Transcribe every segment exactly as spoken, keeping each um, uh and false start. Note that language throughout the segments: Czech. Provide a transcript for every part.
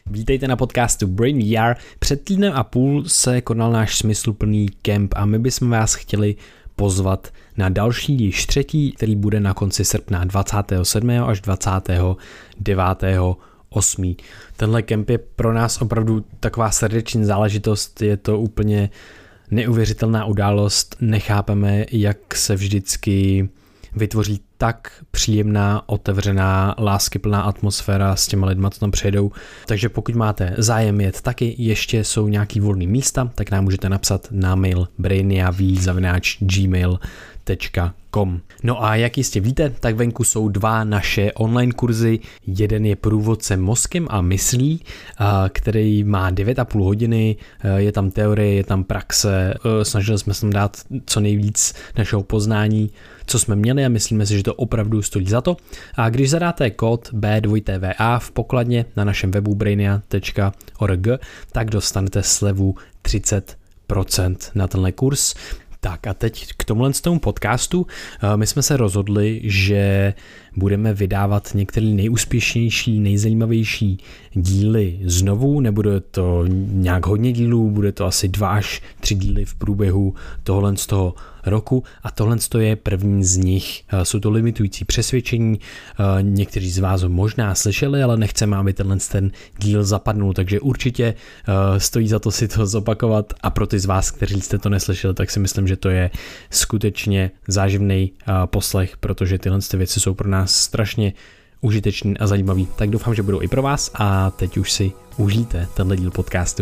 Vítejte na podcastu Brain V R. Před týdnem a půl se konal náš smysluplný kemp a my bychom vás chtěli pozvat na další, již třetí, který bude na konci srpna dvacátého sedmého až dvacátého devátého osmého Tenhle kemp je pro nás opravdu taková srdeční záležitost, je to úplně neuvěřitelná událost, nechápeme, jak se vždycky vytvoří tak příjemná, otevřená, láskyplná atmosféra s těma lidma, co tam přijedou. Takže pokud máte zájem jet taky, ještě jsou nějaký volný místa, tak nám můžete napsat na mail brainiav zavináč gmail tečka com. No a jak jistě víte, tak venku jsou dva naše online kurzy. Jeden je průvodce mozkem a myslí, který má devět a půl hodiny, je tam teorie, je tam praxe, snažili jsme se tam dát co nejvíc našeho poznání, co jsme měli a myslíme si, že to opravdu stojí za to. A když zadáte kód B dva T V A v pokladně na našem webu brainia tečka org, tak dostanete slevu třicet procent na tenhle kurz. Tak a teď k tomuhle z tomu podcastu. My jsme se rozhodli, že budeme vydávat některé nejúspěšnější, nejzajímavější díly znovu. Nebude to nějak hodně dílů, bude to asi dva až tři díly v průběhu tohohle z toho roku a tohle je první z nich. Jsou to limitující přesvědčení, někteří z vás ho možná slyšeli, ale nechceme, aby tenhle ten díl zapadnul, takže určitě stojí za to si to zopakovat a pro ty z vás, kteří jste to neslyšeli, tak si myslím, že to je skutečně záživný poslech, protože tyhle věci jsou pro nás strašně užitečný a zajímavý. Tak doufám, že budou i pro vás a teď už si užijte tenhle díl podcastu.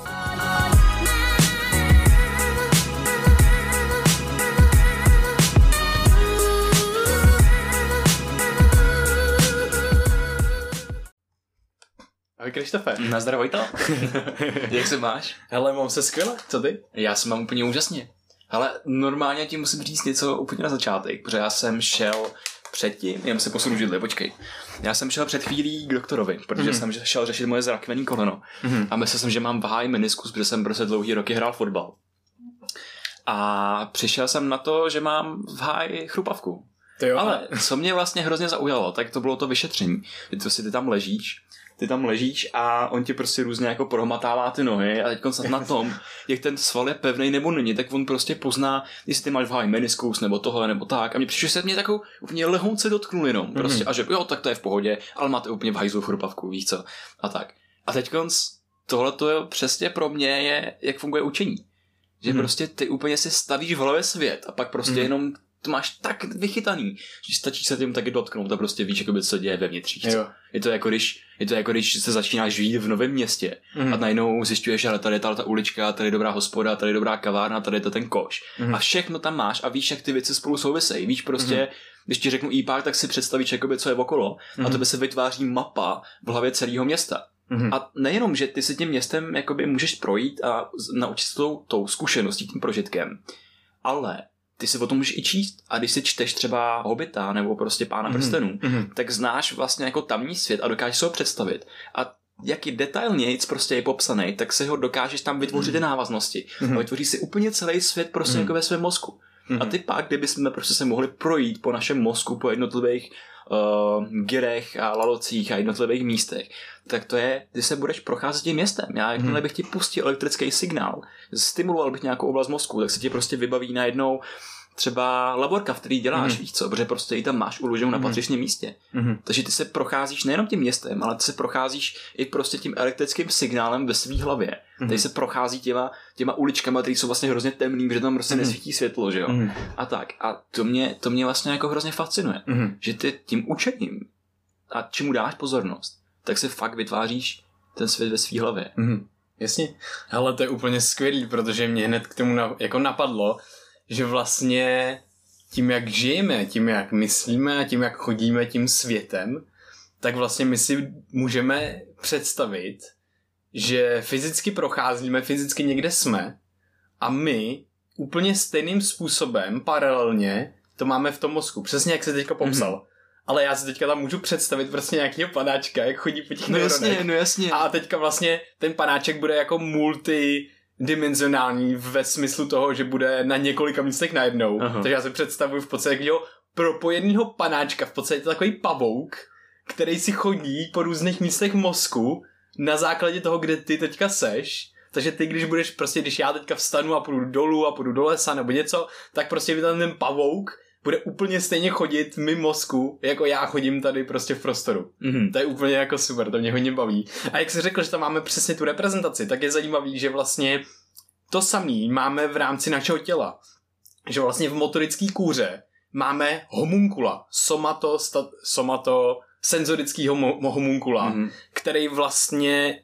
Ahoj Krištofe. Nazdar Vojto. Jak se máš? Hele, mám se skvěle, co ty? Já se mám úplně úžasně. Hele, normálně ti musím říct něco úplně na začátek, protože já jsem šel předtím, já se posunu židli, počkej. Já jsem šel před chvílí k doktorovi, protože mm-hmm. jsem šel řešit moje zrakovený koleno. Mm-hmm. A myslel jsem, že mám v háji meniskus, protože jsem prostě dlouhý roky hrál fotbal. A přišel jsem na to, že mám v háji chrupavku. Jo, ale co mě vlastně hrozně zaujalo, tak to bylo to vyšetření. Ty, to si ty tam ležíš, ty tam ležíš a on ti prostě různě jako prohmatává ty nohy a teď snad na tom, jak ten sval je pevnej nebo není, tak on prostě pozná, jestli ty máš v háji meniskus nebo tohle nebo tak. A mě přišlo, že se mě takovou úplně lehonce dotknul jenom prostě mm-hmm. a že jo, tak to je v pohodě, ale máte úplně v hajzlu chrupavku, víš co, a tak. A teď tohle to je přesně pro mě je, jak funguje učení. Že mm-hmm. prostě ty úplně si stavíš v hlavě svět a pak prostě mm-hmm. jenom to máš tak vychytaný, že stačí se tím taky dotknout a prostě víš, jakoby, co děje vevnitř. Je to jako když, je to jako když se začínáš žít v novém městě mm. a najednou zjišťuješ, že tady je ta, ta ulička, tady je dobrá hospoda, tady je dobrá kavárna, tady je to ten koš. Mm. A všechno tam máš a víš, jak ty věci spolu souvisejí. Víš prostě, mm. když ti řeknu ípák, tak si představíš, jakoby, co je okolo mm. a tebe se vytváří mapa v hlavě celého města. Mm-hmm. A nejenom, že ty si tím městem jakoby můžeš projít a naučit se tou, tou zkušeností, tím prožitkem, ale ty si o tom můžeš i číst a když si čteš třeba Hobita nebo prostě Pána mm-hmm. prstenů, mm-hmm. tak znáš vlastně jako tamní svět a dokážeš se ho představit. A jak je detailnějc prostě je popsaný, tak si ho dokážeš tam vytvořit mm-hmm. ty návaznosti. Mm-hmm. A vytvoří si úplně celý svět prostě mm-hmm. jako ve svém mozku. Mm-hmm. A ty pak, kdyby jsme prostě se mohli projít po našem mozku, po jednotlivých uh, girech a lalocích a jednotlivých místech, tak to je, ty se budeš procházet tím městem. Já jakmile bych ti pustil elektrický signál, stimuloval bych nějakou oblast mozku, tak se ti prostě vybaví najednou třeba laborka, v který děláš, mm. víš co, protože prostě i tam máš uloženou na patřičném místě. Mm. Takže ty se procházíš nejenom tím městem, ale ty se procházíš i prostě tím elektrickým signálem ve svý hlavě. Mm. Tady se prochází těma, těma uličkama, které jsou vlastně hrozně temný, protože tam prostě mm. nesvítí světlo, že jo. Mm. A tak. A to mě, to mě vlastně jako hrozně fascinuje, mm. že ty tím učením a čemu dáš pozornost, tak se fakt vytváříš ten svět ve svý hlavě. Mm. Jasně. Hele, to je úplně skvělý, protože mě hned k tomu na, jako napadlo, že vlastně tím, jak žijeme, tím, jak myslíme a tím, jak chodíme tím světem, tak vlastně my si můžeme představit, že fyzicky procházíme, fyzicky někde jsme a my úplně stejným způsobem, paralelně, to máme v tom mozku. Přesně jak jsi teďka popsal. Mm-hmm. Ale já si teďka tam můžu představit prostě nějakého panáčka, jak chodí po těch no neuronech. Jasně, no jasně. A teďka vlastně ten panáček bude jako multi dimenzionální ve smyslu toho, že bude na několika místech najednou. Aha. Takže já si představuji v podstatě takového propojenýho panáčka, v podstatě takový pavouk, který si chodí po různých místech mozku na základě toho, kde ty teďka seš. Takže ty, když budeš prostě, když já teďka vstanu a půjdu dolů a půjdu do lesa nebo něco, tak prostě tam ten pavouk bude úplně stejně chodit mimo mozku, jako já chodím tady prostě v prostoru. Mm-hmm. To je úplně jako super, to mě hodně baví. A jak jsi řekl, že tam máme přesně tu reprezentaci, tak je zajímavý, že vlastně to samý máme v rámci našeho těla. Že vlastně v motorické kůře máme homunkula, somato, sta, somato senzorického mo, homunkula, mm-hmm. který vlastně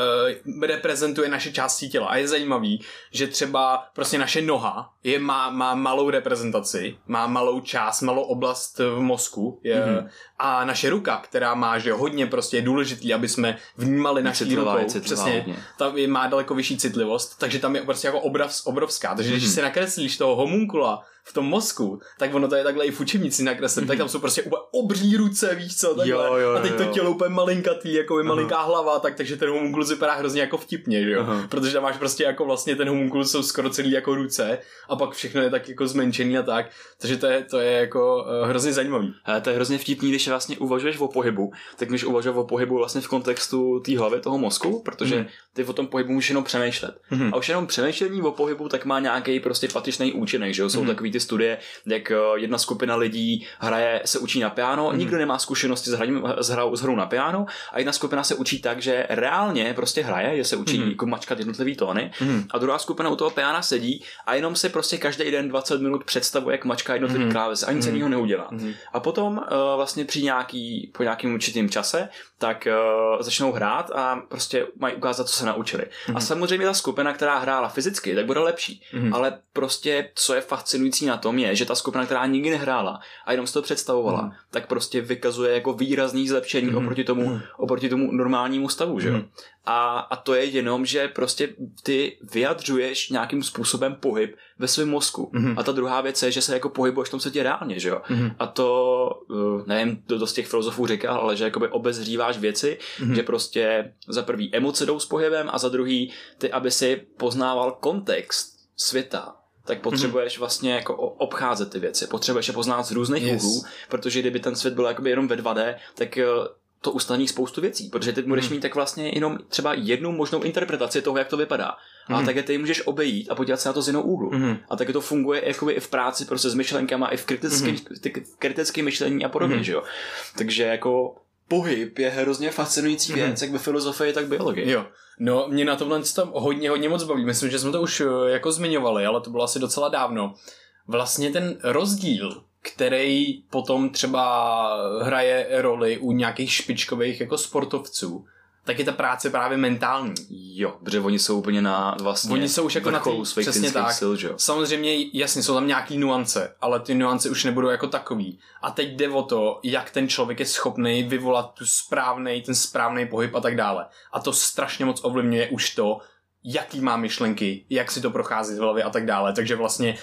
Uh, reprezentuje naše části těla. A je zajímavý, že třeba prostě naše noha je, má, má malou reprezentaci, má malou část, malou oblast v mozku je, mm-hmm. a naše ruka, která má, že hodně prostě je důležitý, aby jsme vnímali naší rukou, přesně, ta má daleko vyšší citlivost, takže tam je prostě jako obrov, obrovská. Takže mm-hmm. když si nakreslíš toho homunkula v tom mozku, tak ono to je takhle i v učebnici nakreslené, mm-hmm. tak tam jsou prostě úplně obří ruce, víš co, takhle. Jo, jo, a teď to tělo úplně malinkatý, jako je malinká hlava, tak takže ten homunkulus vypadá hrozně jako vtipně, že jo? Aha. Protože tam máš prostě jako vlastně ten homunkulus jsou skoro celý jako ruce a pak všechno je tak jako zmenšený a tak, takže to je, to je jako uh, hrozně zajímavý. Ale to je hrozně vtipný, když vlastně uvažuješ o pohybu, tak když uvažuješ o pohybu vlastně v kontextu té hlavy toho mozku, protože mm. ty o tom pohybu můžeš jenom přemýšlet. Mm. A už jenom přemýšlení o pohybu tak má nějaký prostě patřičný účinek, že jo? Jsou mm. takový ty studie, jak jedna skupina lidí hraje, se učí na piano, mm. nikdo nemá zkušenosti s, hraním, s, hrou, s hrou na piano a jedna skupina se učí tak, že reálně prostě hraje, že se učí mm. jako mačkat jednotlivý tóny mm. a druhá skupina u toho piana sedí a jenom se prostě každý den dvacet minut představuje, jak mačká jednotlivý mm. klávesy a nic mm. jiného neudělá. Mm. A potom uh, vlastně při nějaký, po nějakým určitým čase tak uh, začnou hrát a prostě mají ukázat, co se naučili. Mm. A samozřejmě ta skupina, která hrála fyzicky, tak bude lepší. Mm. Ale prostě, co je fascinující na tom je, že ta skupina, která nikdy nehrála a jenom si to představovala, mm. tak prostě vykazuje jako výrazný zlepšení mm. oproti tomu, mm. oproti tomu normálnímu stavu, že jo? Mm. A, a to je jenom, že prostě ty vyjadřuješ nějakým způsobem pohyb ve svém mozku. Mm. A ta druhá věc je, že se jako pohybuješ v tom světě reálně, že jo? Mm. A to, nevím, to dost těch filozofů říkal, ale že jakoby obezříváš věci, mm. že prostě za prvý emoce jdou s pohybem a za druhý ty, aby si poznával kontext světa, tak potřebuješ vlastně jako obcházet ty věci. Potřebuješ je poznat z různých yes. úhlů, protože kdyby ten svět byl jakoby jenom ve dva dé, tak to usnadní spoustu věcí, protože ty budeš mm. mít tak vlastně jenom třeba jednu možnou interpretaci toho, jak to vypadá. Mm. A také ty můžeš obejít a podívat se na to z jiného úhlu. Mm. A také to funguje jakoby i v práci prostě s myšlenkama, i v kritickém mm. kritickém myšlení a podobně, mm. že jo. Takže jako pohyb je hrozně fascinující věc, mm. jak ve filozofii, tak biologii. Jo. No, mě na tomhle tam hodně, hodně moc baví. Myslím, že jsme to už jako zmiňovali, ale to bylo asi docela dávno. Vlastně ten rozdíl, který potom třeba hraje roli u nějakých špičkových jako sportovců, tak je ta práce právě mentální. Jo, protože oni jsou úplně na vlastně oni jsou už jako vrcholu na tý, přesně tak. Sil, že? Samozřejmě, jasně, jsou tam nějaký nuance, ale ty nuance už nebudou jako takový. A teď jde o to, jak ten člověk je schopný vyvolat tu správnej, ten správný pohyb a tak dále. A to strašně moc ovlivňuje už to, jaký má myšlenky, jak si to prochází v hlavě a tak dále. Takže vlastně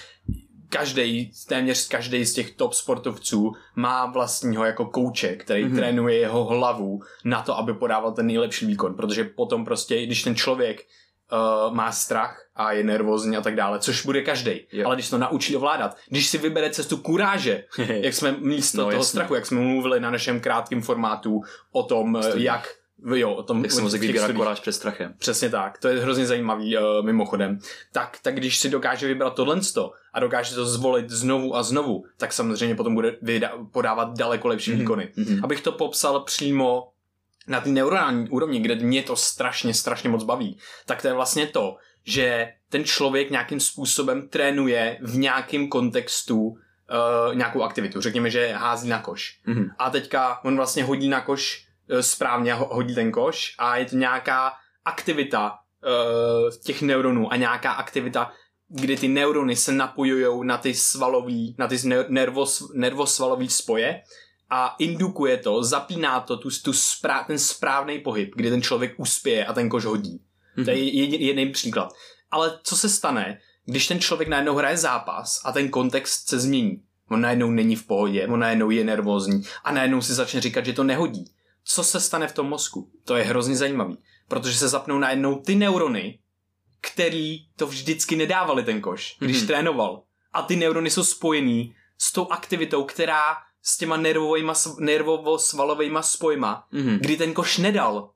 každý, téměř každý z těch top sportovců má vlastního jako kouče, který mm-hmm. trénuje jeho hlavu na to, aby podával ten nejlepší výkon, protože potom prostě, když ten člověk uh, má strach a je nervózní a tak dále, což bude každý, ale když to naučí ovládat, když si vybere cestu kuráže, jak jsme místo no, toho jasný. strachu, jak jsme mluvili na našem krátkém formátu o tom, Studi. jak Jo, o tom, jak se mozek vybírá koráž před strachem. Přesně tak, to je hrozně zajímavý uh, mimochodem. Tak, tak když si dokáže vybrat tohleto a dokáže to zvolit znovu a znovu, tak samozřejmě potom bude vyda- podávat daleko lepší mm-hmm. výkony. Mm-hmm. Abych to popsal přímo na té neuronální úrovni, kde mě to strašně, strašně moc baví, tak to je vlastně to, že ten člověk nějakým způsobem trénuje v nějakém kontextu uh, nějakou aktivitu. Řekněme, že hází na koš. Mm-hmm. A teďka on vlastně hodí na koš správně hodí ten koš a je to nějaká aktivita uh, těch neuronů a nějaká aktivita, kdy ty neurony se napojujou na ty svalový, na ty nervos, nervosvalový spoje a indukuje to, zapíná to tu, tu správ, ten správný pohyb, kdy ten člověk uspěje a ten koš hodí. Mm-hmm. To je jeden příklad. Ale co se stane, když ten člověk najednou hraje zápas a ten kontext se změní? On najednou není v pohodě, on najednou je nervózní a najednou si začne říkat, že to nehodí. Co se stane v tom mozku? To je hrozně zajímavý, protože se zapnou najednou ty neurony, který to vždycky nedávali ten koš, když mm-hmm. trénoval. A ty neurony jsou spojený s tou aktivitou, která s těma nervovýma, nervovo-svalovejma spojma, mm-hmm. kdy ten koš nedal.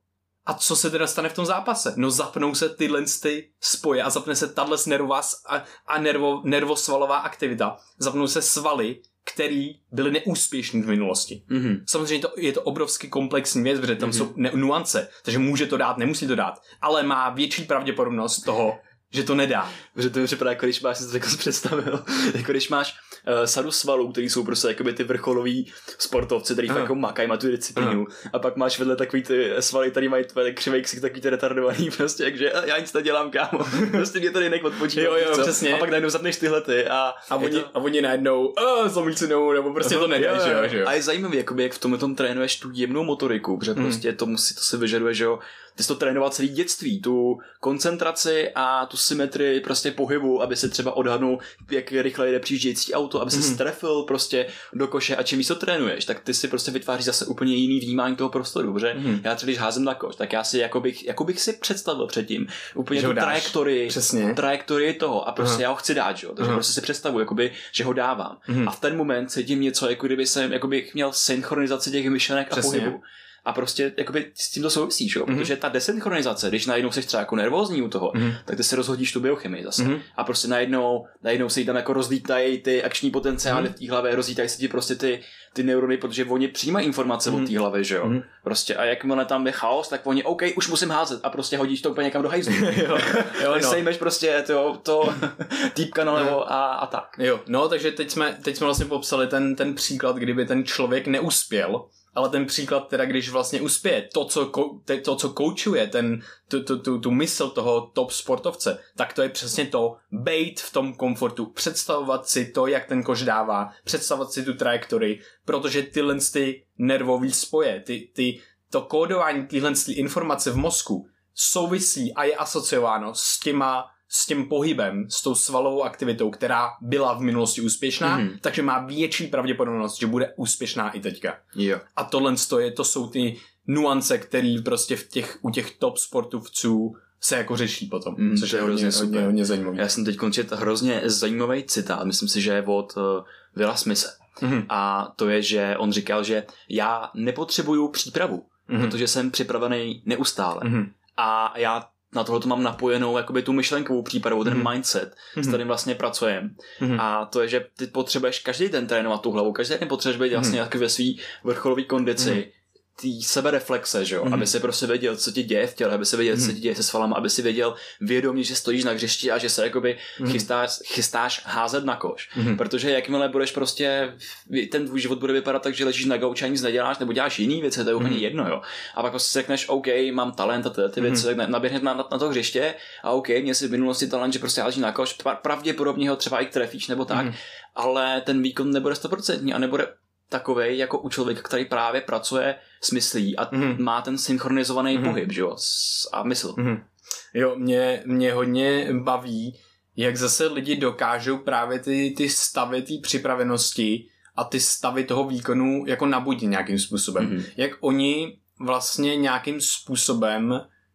A co se teda stane v tom zápase? No zapnou se tyhle ty spoje a zapne se tahle nervová a, a nervo, nervosvalová aktivita. Zapnou se svaly, který byly neúspěšný v minulosti. Mm-hmm. Samozřejmě to, je to obrovsky komplexní věc, protože tam mm-hmm. jsou ne- nuance, takže může to dát, nemusí to dát, ale má větší pravděpodobnost toho, že to nedá. Protože to mi připadá, jako když máš, si to jako představil, jako když máš uh, sadu svalů, který jsou prostě jakoby ty vrcholoví sportovci, který uh. fakt jako makají, má tu disciplínu, uh. a pak máš vedle takový ty svaly, který mají tvé křivej ksik, takový ty retardovaný, prostě, takže já nic nedělám, kámo, prostě mě tady nech odpočívat. Jo, jo, přesně. A pak najednou zapneš tyhle ty a... A oni, to... a oni najednou, uh, zlomícinou, nebo prostě uh, to nedá, že jo, že jo. A je zajímavý, jakoby, jak v tomhle tom trénuješ tu jemnou motoriku, protože mm. prostě to musí, to si vyžaduje, že jo. Ty jsi to trénoval celý dětství, tu koncentraci a tu symetrii prostě pohybu, aby se třeba odhadnul, jak rychle jde přijíždějící auto, aby se mm. strefil prostě do koše a čím víc to trénuješ, tak ty si prostě vytváříš zase úplně jiný vnímání toho prostoru, protože mm. já třeba když házím na koš, tak já si jako bych, jako bych si představil předtím úplně že tu trajektorii, trajektorii toho a prostě Aha. já ho chci dát, že jo, takže Aha. prostě si představuji, jakoby, že ho dávám mm. a v ten moment cítím něco, jako kdyby jsem, jako bych měl synchronizaci těch myšlenek Přesně. a pohybu. A prostě jakoby s tím to souvisí, jo? Mm-hmm. Protože ta desynchronizace, když najednou jsi třeba jako nervózní u toho, mm-hmm. tak ty se rozhodíš tu biochemii zase. Mm-hmm. A prostě najednou, najednou se jí tam jako rozlítají ty akční potenciály mm-hmm. v té hlavě, rozlítají se ti prostě ty, ty neurony, protože oni přijímají informace mm-hmm. od té hlavy, že jo. Mm-hmm. Prostě a jakmile tam je chaos, tak oni, OK, už musím házet a prostě hodíš to úplně někam do hajzlu. jo, jo, no. Sejmeš prostě to, to týpka nalevo a, a tak. Jo, no takže teď jsme, teď jsme vlastně popsali ten, ten příklad, kdyby ten člověk neuspěl. Ale ten příklad teda, když vlastně uspěje, to, co, to, co koučuje, ten, tu, tu, tu, tu mysl toho top sportovce, tak to je přesně to, bejt v tom komfortu, představovat si to, jak ten koš dává, představovat si tu trajektorii, protože tyhle ty nervový spoje, ty, ty, to kódování tyhle informace v mozku souvisí a je asociováno s těma s tím pohybem, s tou svalovou aktivitou, která byla v minulosti úspěšná, mm-hmm. takže má větší pravděpodobnost, že bude úspěšná i teďka. Jo. A tohle je, to jsou ty nuance, které prostě v těch, u těch top sportovců se jako řeší potom, mm, což je hodně, hodně, hodně zajímavé. Já jsem teď končit hrozně zajímavý citát, myslím si, že je od uh, Willa Smithe. Mm-hmm. A to je, že on říkal, že já nepotřebuju přípravu, mm-hmm. protože jsem připravený neustále. Mm-hmm. A já na tohle to mám napojenou jakoby tu myšlenkovou přípravu, ten mm-hmm. mindset, mm-hmm. s kterým vlastně pracujeme. Mm-hmm. A to je, že ty potřebuješ každý den trénovat tu hlavu, každý den potřebuješ být vlastně mm-hmm. ve svý vrcholové kondici, mm-hmm. tý sebereflexe, že jo, mm-hmm. aby si prostě věděl, co ti děje v těle, aby si věděl, mm-hmm. co ti děje se svalama, aby si věděl vědomě, že stojíš na hřišti a že se jakoby mm-hmm. chystáš, chystáš házet na koš. Mm-hmm. Protože jakmile budeš prostě, ten tvůj život bude vypadat tak, že ležíš na gauči a nic neděláš, nebo děláš jiný věci, to je úplně mm-hmm. jedno, jo. A pak prostě řekneš, OK, mám talent a ty, ty věci, mm-hmm. tak naběhneš na, na to hřiště a OK, měl jsi v minulosti talent, že prostě ležíš na koš, pravděpodobně ho třeba i trefíš nebo tak, mm-hmm. ale ten výkon nebude sto procent a nebude takovej jako u člověka, který právě pracuje s myslí a mm-hmm. má ten synchronizovaný mm-hmm. pohyb, že jo, a mysl. Mm-hmm. Jo, mě, mě hodně baví, jak zase lidi dokážou právě ty, ty stavy té připravenosti a ty stavy toho výkonu jako nabudit nějakým způsobem. Mm-hmm. Jak oni vlastně nějakým způsobem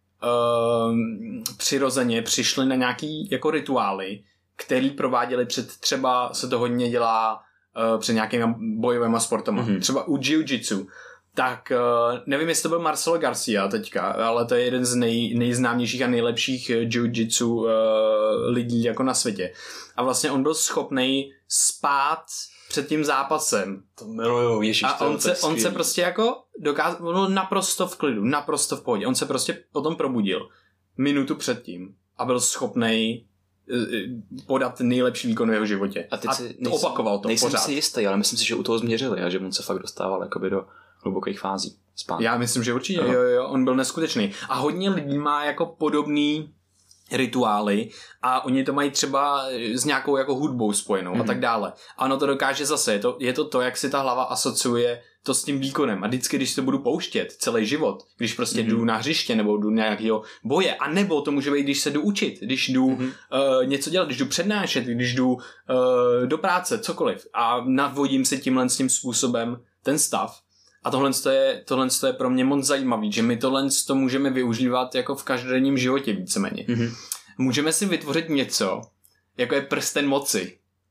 uh, přirozeně přišli na nějaký jako rituály, který prováděli před, třeba se to hodně dělá Uh, před nějakými bojovými sportama. Mm-hmm. Třeba u jiu-jitsu. Tak uh, nevím, jestli to byl Marcelo Garcia teďka, ale to je jeden z nej, nejznámějších a nejlepších jiu-jitsu uh, lidí jako na světě. A vlastně on byl schopnej spát před tím zápasem. To miluju, ježiš, a on se, on se prostě jako dokázal, on byl naprosto v klidu, naprosto v pohodě. On se prostě potom probudil minutu předtím a byl schopnej podat nejlepší výkon v jeho životě. A, teď a si, to nejsem, opakoval to nejsem pořád. si jistý, ale myslím si, že u toho změřili a že on se fakt dostával jakoby do hlubokých fází spánku. Já myslím, že určitě, jo, jo, on byl neskutečný. A hodně lidí má jako podobný rituály a oni to mají třeba s nějakou jako hudbou spojenou mm-hmm. a tak dále. A ono to dokáže zase, je to, je to to, jak si ta hlava asociuje to s tím výkonem. A vždycky, když to budu pouštět celý život, když prostě mm-hmm. jdu na hřiště nebo jdu na nějakého boje, a nebo to může být, když se jdu učit, když jdu mm-hmm. uh, něco dělat, když jdu přednášet, když jdu uh, do práce, cokoliv. A navodím si tímhle s tím způsobem ten stav. A tohle je, tohle je pro mě moc zajímavý, že my tohle to můžeme využívat jako v každodenním životě víceméně. Mm-hmm. Můžeme si vytvořit něco, jako je prsten moci.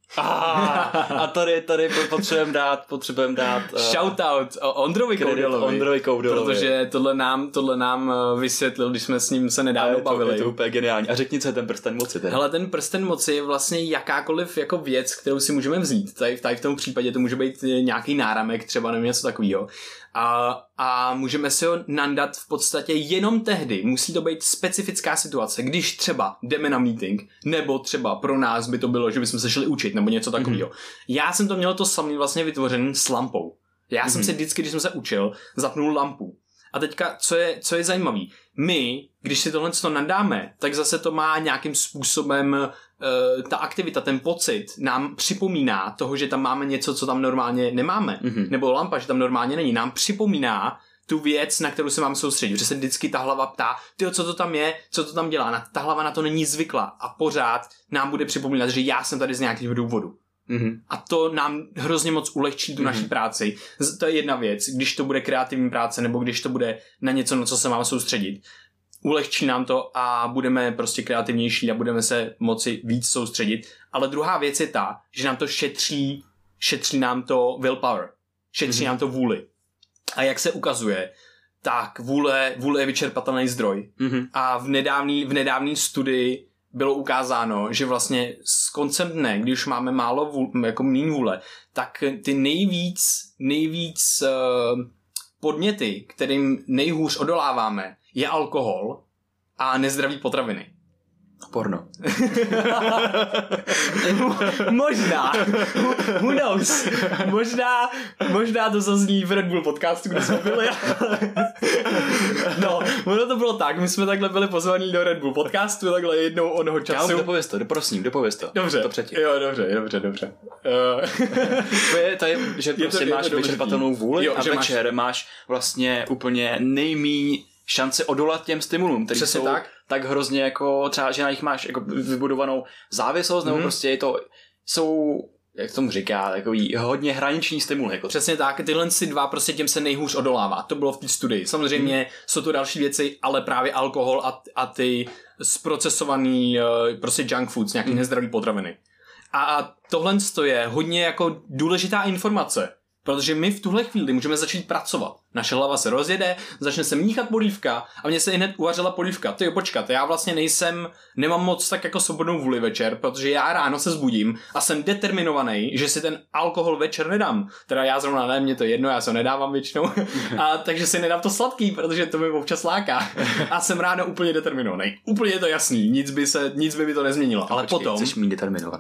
A tady, tady potřebujeme dát, potřebujeme dát... Uh, Shoutout Ondrovi Koudelovi. Ondrovi Koudelovi. Protože tohle nám, tohle nám vysvětlil, když jsme s ním se nedávno je to, bavili. Je to úplně geniální. A řekni, co je ten prsten moci. Ten. Hele, ten prsten moci je vlastně jakákoliv jako věc, kterou si můžeme vzít. Tady, tady v tom případě to může být nějaký náramek, třeba nebo něco takového. A, a můžeme si ho nandat v podstatě jenom tehdy. Musí to být specifická situace, když třeba jdeme na meeting, nebo třeba pro nás by to bylo, že bychom se šli učit, nebo něco takového. Mm-hmm. Já jsem to měl to samý vlastně vytvořený s lampou. Já mm-hmm. jsem si vždycky, když jsem se učil, zapnul lampu. A teďka, co je, co je zajímavý, my, když si tohle nadáme, tak zase to má nějakým způsobem, uh, ta aktivita, ten pocit nám připomíná toho, že tam máme něco, co tam normálně nemáme. Mm-hmm. Nebo lampa, že tam normálně není. Nám připomíná tu věc, na kterou se máme soustředit. Protože se vždycky ta hlava ptá, tyjo, co to tam je, co to tam dělá. Ta hlava na to není zvyklá a pořád nám bude připomínat, že já jsem tady z nějakého důvodu. Mm-hmm. A to nám hrozně moc ulehčí tu mm-hmm. naší práci. To je jedna věc, když to bude kreativní práce nebo když to bude na něco, na co se máme soustředit. Ulehčí nám to a budeme prostě kreativnější a budeme se moci víc soustředit. Ale druhá věc je ta, že nám to šetří, šetří nám to willpower. Šetří mm-hmm. nám to vůli. A jak se ukazuje, tak vůle, vůle je vyčerpatelný zdroj. Mm-hmm. A v nedávný, v nedávný studii bylo ukázáno, že vlastně s koncem dne, když máme málo vůle, jako míň vůle, tak ty nejvíc, nejvíc uh, podněty, kterým nejhůř odoláváme, je alkohol a nezdraví potraviny. Porno. Možná. Who knows? Možná, možná to zazní v Red Bull podcastu, kde jsme byli. No, ono to bylo tak, my jsme takhle byli pozvaní do Red Bull podcastu, takhle jednou onoho času. Já dopověz to, prosím, dopověz to. Dobře, to předtím. Jo, dobře, dobře, dobře. to, je, to je, že je prostě to, máš vyčerpatelnou vůli jo, a večer máš... máš vlastně úplně nejmíň šance odolat těm stimulům, které jsou tak. tak hrozně jako třeba, že na nich máš jako vybudovanou závislost, mm. nebo prostě je to, jsou, jak tomu říká, takový hodně hraniční stimuly. Jako. Přesně tak, tyhle si dva prostě těm se nejhůř odolává, to bylo v té studii. Samozřejmě mm. jsou to další věci, ale právě alkohol a, a ty zprocesovaný prostě junk foods, nějaký mm. nezdravý potraviny. A tohle je hodně jako důležitá informace. Protože my v tuhle chvíli můžeme začít pracovat. Naše hlava se rozjede, začne se míchat polívka a mně se hned uvařila polívka. Tyjo, počkat, já vlastně nejsem, nemám moc tak jako svobodnou vůli večer, protože já ráno se zbudím a jsem determinovaný, že si ten alkohol večer nedám. Teda já zrovna ne, mě to jedno, já se nedávám většinou. A takže si nedám to sladký, protože to mi občas láká. A jsem ráno úplně determinovaný. Úplně je to jasný, nic by se, nic by mi to nezměnilo. Ale počkej, potom... Jsi mít determinovaný.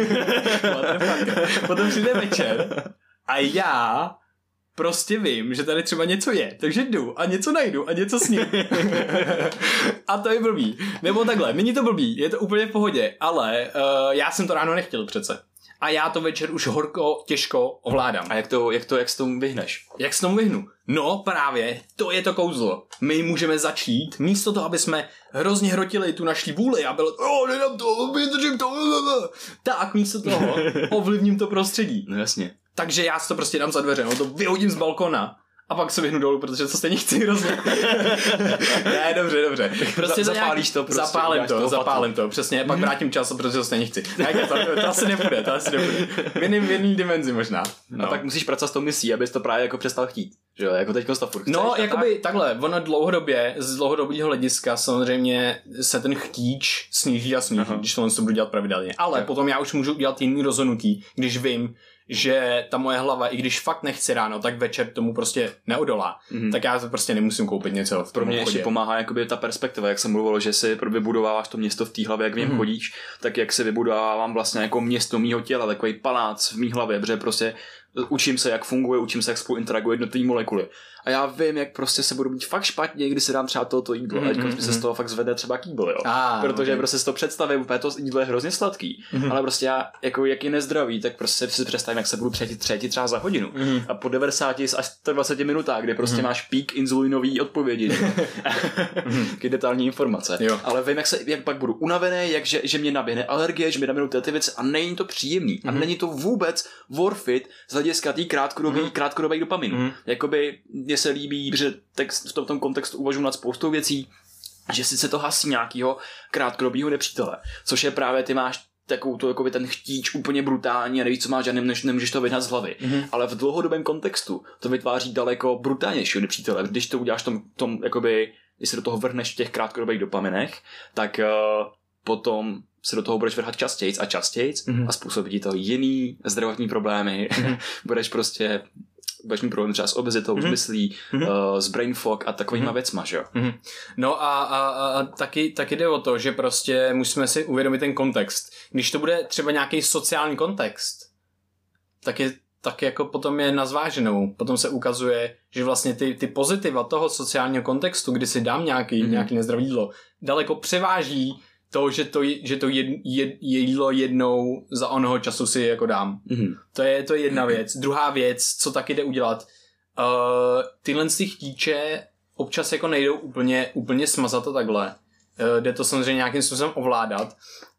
Potom přijde večer. A já prostě vím, že tady třeba něco je, takže jdu a něco najdu a něco sním. A to je blbý. Nebo takhle, není to blbý, je to úplně v pohodě, ale uh, já jsem to ráno nechtěl přece. A já to večer už horko, těžko ovládám. A jak to, jak to, jak s tomu vyhneš? Jak s tomu vyhnu? No právě, to je to kouzlo. My můžeme začít, místo toho, aby jsme hrozně hrotili tu naši vůli a bylo, o, nedám to, vydržím to, tak místo toho ovlivním to prostředí. No jasně. Takže já si to prostě dám za dveře, no to vyhodím z balkona a pak se vyhnu dolů, protože to stejně chci hrozně. Ne, dobře, dobře. Prostě za, zapálíš to, prostě. Zapálím to, zapálím to, přesně, pak vrátím čas, protože to stejně chci. Ne, to, to asi nebude, to asi nebude. V jedný, v jedný dimenzi možná. No. A tak musíš pracovat s tou misí, abys to právě jako přestal chtít. Že jo, jako teďko to furt chceš. No, jakoby tak? Takhle, ono dlouhodobě, z dlouhodobého hlediska samozřejmě se ten chtíč sníží a sníží, aha, když to budu dělat pravidelně. Ale tak. Potom já už můžu udělat jiný rozhodnutí, když vím, že ta moje hlava, i když fakt nechci ráno, tak večer tomu prostě neodolá. Mm-hmm. Tak já to prostě nemusím koupit něco v Pro mě obchodě. Ještě pomáhá jakoby ta perspektiva, jak jsem mluvil, že si vybudováváš to město v té hlavě, jak v něm mm-hmm. chodíš, tak jak si vybudovávám vlastně jako město mýho těla, takový palác v mý hlavě, protože prostě učím se, jak funguje, učím se, jak spolu interagují jednotlivé molekuly. A já vím, jak prostě se budu mít fakt špatně, když si dám třeba tohoto jídlo. Mm-hmm. A teďka mi se z toho fakt zvede třeba kýbl, jo. Ah, protože okay. prostě si to představím, úplně to jídlo je hrozně sladký. Mm-hmm. Ale prostě já, jako jak je nezdravý, tak prostě si představím, jak se budu třetí, třetí třeba za hodinu. Mm-hmm. A po devadesáti až sto dvaceti minutách, kdy prostě mm-hmm. máš pík inzulinový odpovědi. Taky detailní informace. Jo. Ale vím, jak, se, jak pak budu unavený, jak, že, že mě naběhne alergie, že mi naběhnou ty věci a není to příjemný. Mm-hmm. A není to vůbec worth it z hlediska té krátkodobé mm-hmm. krátkodobé dopaminu. Mm-hmm. Jakoby mně se líbí, že text v tom, v tom kontextu uvažuji nad spoustou věcí, že sice to hasí nějakého krátkodobého nepřítele, což je právě ty máš takovou to, jakoby ten chtíč úplně brutální a nevíš, co máš a nemůžeš, nemůžeš to vyhnat z hlavy. Mm-hmm. Ale v dlouhodobém kontextu to vytváří daleko brutálnějšího nepřítele. Když to uděláš tom, tom jakoby, když se do toho vrhneš v těch krátkodobých dopaminech, tak uh, potom se do toho budeš vrhat častějc a častějc mm-hmm. a způsobí ti to jiný zdravotní problémy. Mm-hmm. budeš prostě budeš mít problém třeba s obezitou, mm-hmm. s myslí, mm-hmm. uh, s brain fog a takovýma mm-hmm. věcma, že jo? Mm-hmm. No a, a, a taky, taky jde o to, že prostě musíme si uvědomit ten kontext. Když to bude třeba nějaký sociální kontext, tak je tak jako potom je na zváženou. Potom se ukazuje, že vlastně ty, ty pozitiva toho sociálního kontextu, kdy si dám nějaký, mm-hmm. nějaký nezdravý jídlo, daleko převáží to, že to, že to jed, jed, jídlo jednou za onoho času si jako dám. Mm-hmm. To je, to je jedna věc. Druhá věc, co taky jde udělat, uh, tyhle z těch chtíče občas jako nejdou úplně, úplně smazat a takhle. Uh, jde to samozřejmě nějakým způsobem ovládat,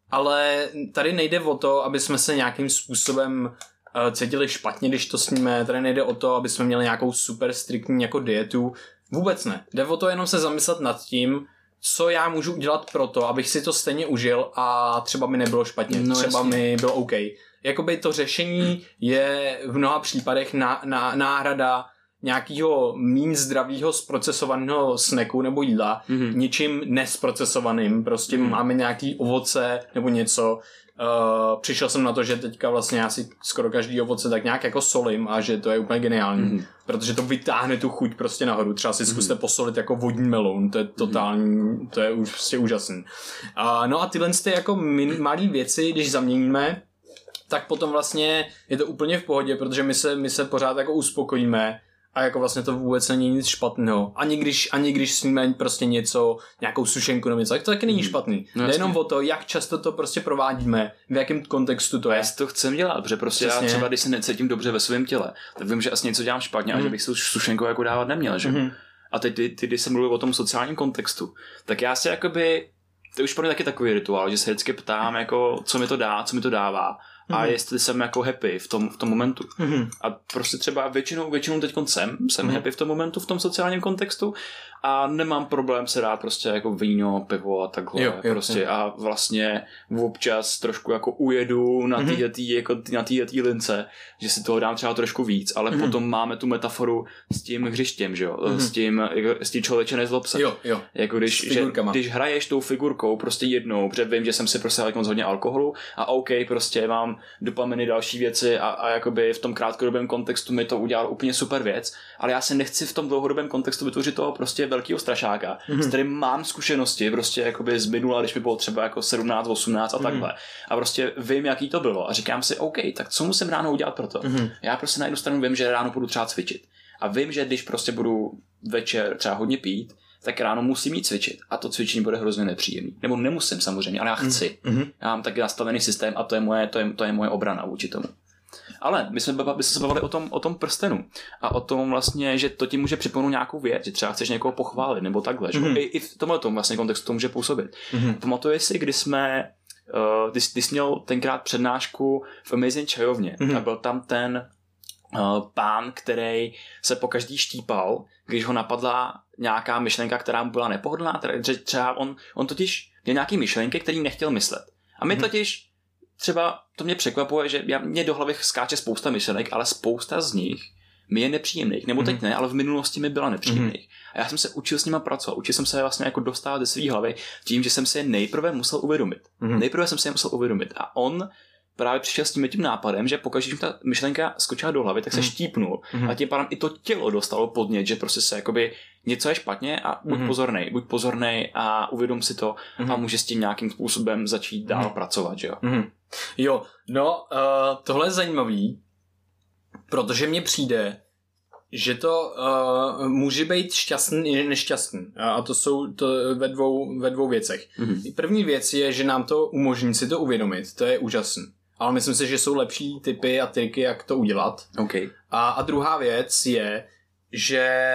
ale tady nejde o to, aby jsme se nějakým způsobem uh, cítili špatně, když to sníme. Tady nejde o to, aby jsme měli nějakou super striktní jako dietu. Vůbec ne. Jde o to jenom se zamyslet nad tím, co já můžu udělat pro to, abych si to stejně užil a třeba mi nebylo špatně, no, třeba jasně. mi bylo OK. Jakoby to řešení je v mnoha případech na, na, náhrada nějakého méně zdravého zprocesovaného snacku nebo jídla mm-hmm. něčím nesprocesovaným, prostě mm-hmm. máme nějaký ovoce nebo něco. Uh, přišel jsem na to, že teďka vlastně já si skoro každý ovoce tak nějak jako solím a že to je úplně geniální, mm-hmm. protože to vytáhne tu chuť prostě nahoru. Třeba si zkuste mm-hmm. posolit jako vodní melon, to je totální, mm-hmm. to je už prostě úžasný. Uh, no a tyhle ty jako malý věci, když zaměníme, tak potom vlastně je to úplně v pohodě, protože my se, my se pořád jako uspokojíme a jako vlastně to vůbec není nic špatného. Ani když, ani když sníme prostě něco, nějakou sušenku nebo něco, tak to taky není špatný. No, jde jenom o to, jak často to prostě provádíme, v jakém kontextu to je. Já si to chcem dělat, protože prostě přesně. Já třeba, když se necítím dobře ve svém těle, tak vím, že asi něco dělám špatně mm. a že bych si sušenku jako dávat neměl, že? Mm. A teď, ty, ty, když jsem mluvil o tom sociálním kontextu, tak já si jakoby, to je už pro mě taky takový rituál, že se vždycky ptám, jako, co mi to dá, co mi to dává. A mm-hmm. jestli jsem jako happy v tom, v tom momentu. Mm-hmm. A prostě třeba většinou, většinou teď jsem, jsem mm-hmm. happy v tom momentu, v tom sociálním kontextu a nemám problém se dát prostě jako víno, pivo a takhle. Jo, jo, prostě jo. A vlastně občas trošku jako ujedu na mm-hmm. týhletý, jako na týhletý lince, že si toho dám třeba trošku víc, ale mm-hmm. potom máme tu metaforu s tím hřištěm, že jo? Mm-hmm. S tím, jako, s tím člověče nezlob se. Jo, jo. Jako když, že, když hraješ tou figurkou prostě jednou, protože vím, že jsem si prostě dal moc hodně alkoholu a OK, prostě mám dopaminy, další věci a, a jakoby v tom krátkodobém kontextu mi to udělalo úplně super věc, ale já se nechci v tom dlouhodobém kontextu vytvořit toho prostě velkého strašáka, mm-hmm. s kterým mám zkušenosti prostě jakoby z minula, když mi bylo třeba jako sedmnáct, osmnáct a takhle. Mm-hmm. A prostě vím, jaký to bylo a říkám si, OK, tak co musím ráno udělat pro to? Mm-hmm. Já prostě na jednu stranu vím, že ráno budu třeba cvičit. A vím, že když prostě budu večer třeba hodně pít, tak ráno musím jít cvičit a to cvičení bude hrozně nepříjemný. Nebo nemusím samozřejmě, ale já chci. Mm-hmm. Já mám taky nastavený systém a to je moje, to je, to je moje obrana vůči tomu. Ale my jsme, my jsme se bavili o tom, o tom prstenu a o tom vlastně, že to ti může připomenout nějakou věc, že třeba chceš někoho pochválit nebo takhle. Mm-hmm. Že? I, I v tomhle tom vlastně kontextu to může působit. Mm-hmm. Pamatuješ si, kdy jsme, uh, když, když jsi měl tenkrát přednášku v Amazing čajovně mm-hmm. a byl tam ten uh, pán, který se po každý štípal, když ho napadla nějaká myšlenka, která mu byla nepohodlná, třeba on, on totiž měl nějaký myšlenky, který nechtěl myslet. A my mm-hmm. totiž třeba to mě překvapuje, že já, mě do hlavy skáče spousta myšlenek, ale spousta z nich mi je nepříjemných. Nebo teď ne, ale v minulosti mi byla nepříjemných. Mm-hmm. A já jsem se učil s nima pracovat. Učil jsem se vlastně jako dostat ze své hlavy tím, že jsem se je nejprve musel uvědomit. Mm-hmm. Nejprve jsem se je musel uvědomit. A on právě přišel s tím, tím nápadem, že pokaždé, když ta myšlenka skočila do hlavy, tak se mm. štípnul. Mm. A tím pádem i to tělo dostalo podnět, že prostě se jakoby něco je špatně a buď mm. pozornej, buď pozornej a uvědom si to mm. a může s tím nějakým způsobem začít dál mm. pracovat, že jo. Mm. Jo, no uh, tohle je zajímavý, protože mně přijde, že to uh, může být šťastný i nešťastný. A to jsou to ve dvou, ve dvou věcech. Mm-hmm. První věc je, že nám to umožní si to uvědomit. To je úžasný. Ale myslím si, že jsou lepší tipy a triky, jak to udělat. Okay. A, a druhá věc je, že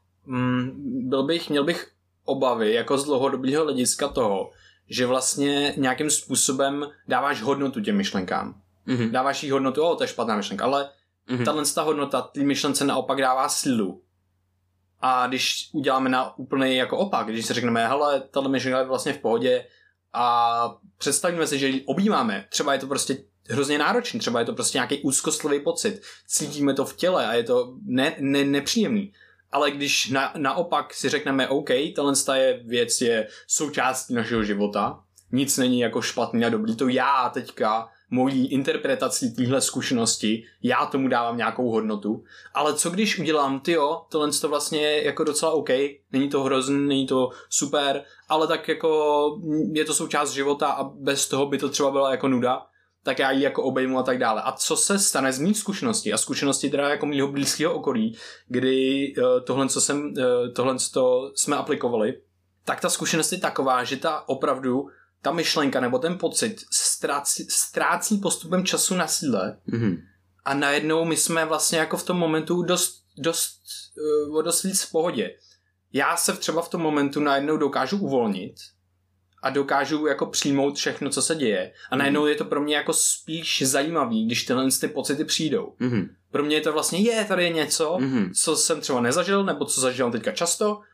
mm, byl bych, měl bych obavy jako z dlouhodobého hlediska toho, že vlastně nějakým způsobem dáváš hodnotu těm myšlenkám. Mm-hmm. Dáváš jí hodnotu, o, to je špatná myšlenka, ale mm-hmm. tahle ta hodnota té myšlence naopak dává sílu. A když uděláme na úplný jako opak, když si řekneme, hele, tahle myšlenka je vlastně v pohodě A představíme si, že objímáme, třeba je to prostě hrozně náročný, třeba je to prostě nějaký úzkostlivý pocit, cítíme to v těle a je to ne, ne, nepříjemný. Ale když na, naopak si řekneme, OK, tahle je věc je součástí našeho života, nic není jako špatný a dobrý, to já teďka mojí interpretací téhle zkušenosti, já tomu dávám nějakou hodnotu, ale co když udělám, tyjo, tohle to vlastně je jako docela OK, není to hrozný, není to super, ale tak jako je to součást života a bez toho by to třeba byla jako nuda, tak já ji jako obejmu a tak dále. A co se stane z mých zkušeností a zkušeností teda jako mýho blízkého okolí, kdy uh, tohle, co jsem, uh, tohle, co jsme aplikovali, tak ta zkušenost je taková, že ta opravdu ta myšlenka nebo ten pocit ztrácí, ztrácí postupem času na síle mm-hmm. a najednou my jsme vlastně jako v tom momentu dost, dost, uh, dost víc v pohodě. Já se třeba v tom momentu najednou dokážu uvolnit a dokážu jako přijmout všechno, co se děje. A najednou je to pro mě jako spíš zajímavý, když tyhle ty pocity přijdou. Mm-hmm. Pro mě je to vlastně, je, tady je něco, mm-hmm. co jsem třeba nezažil, nebo co zažívám teďka často uh,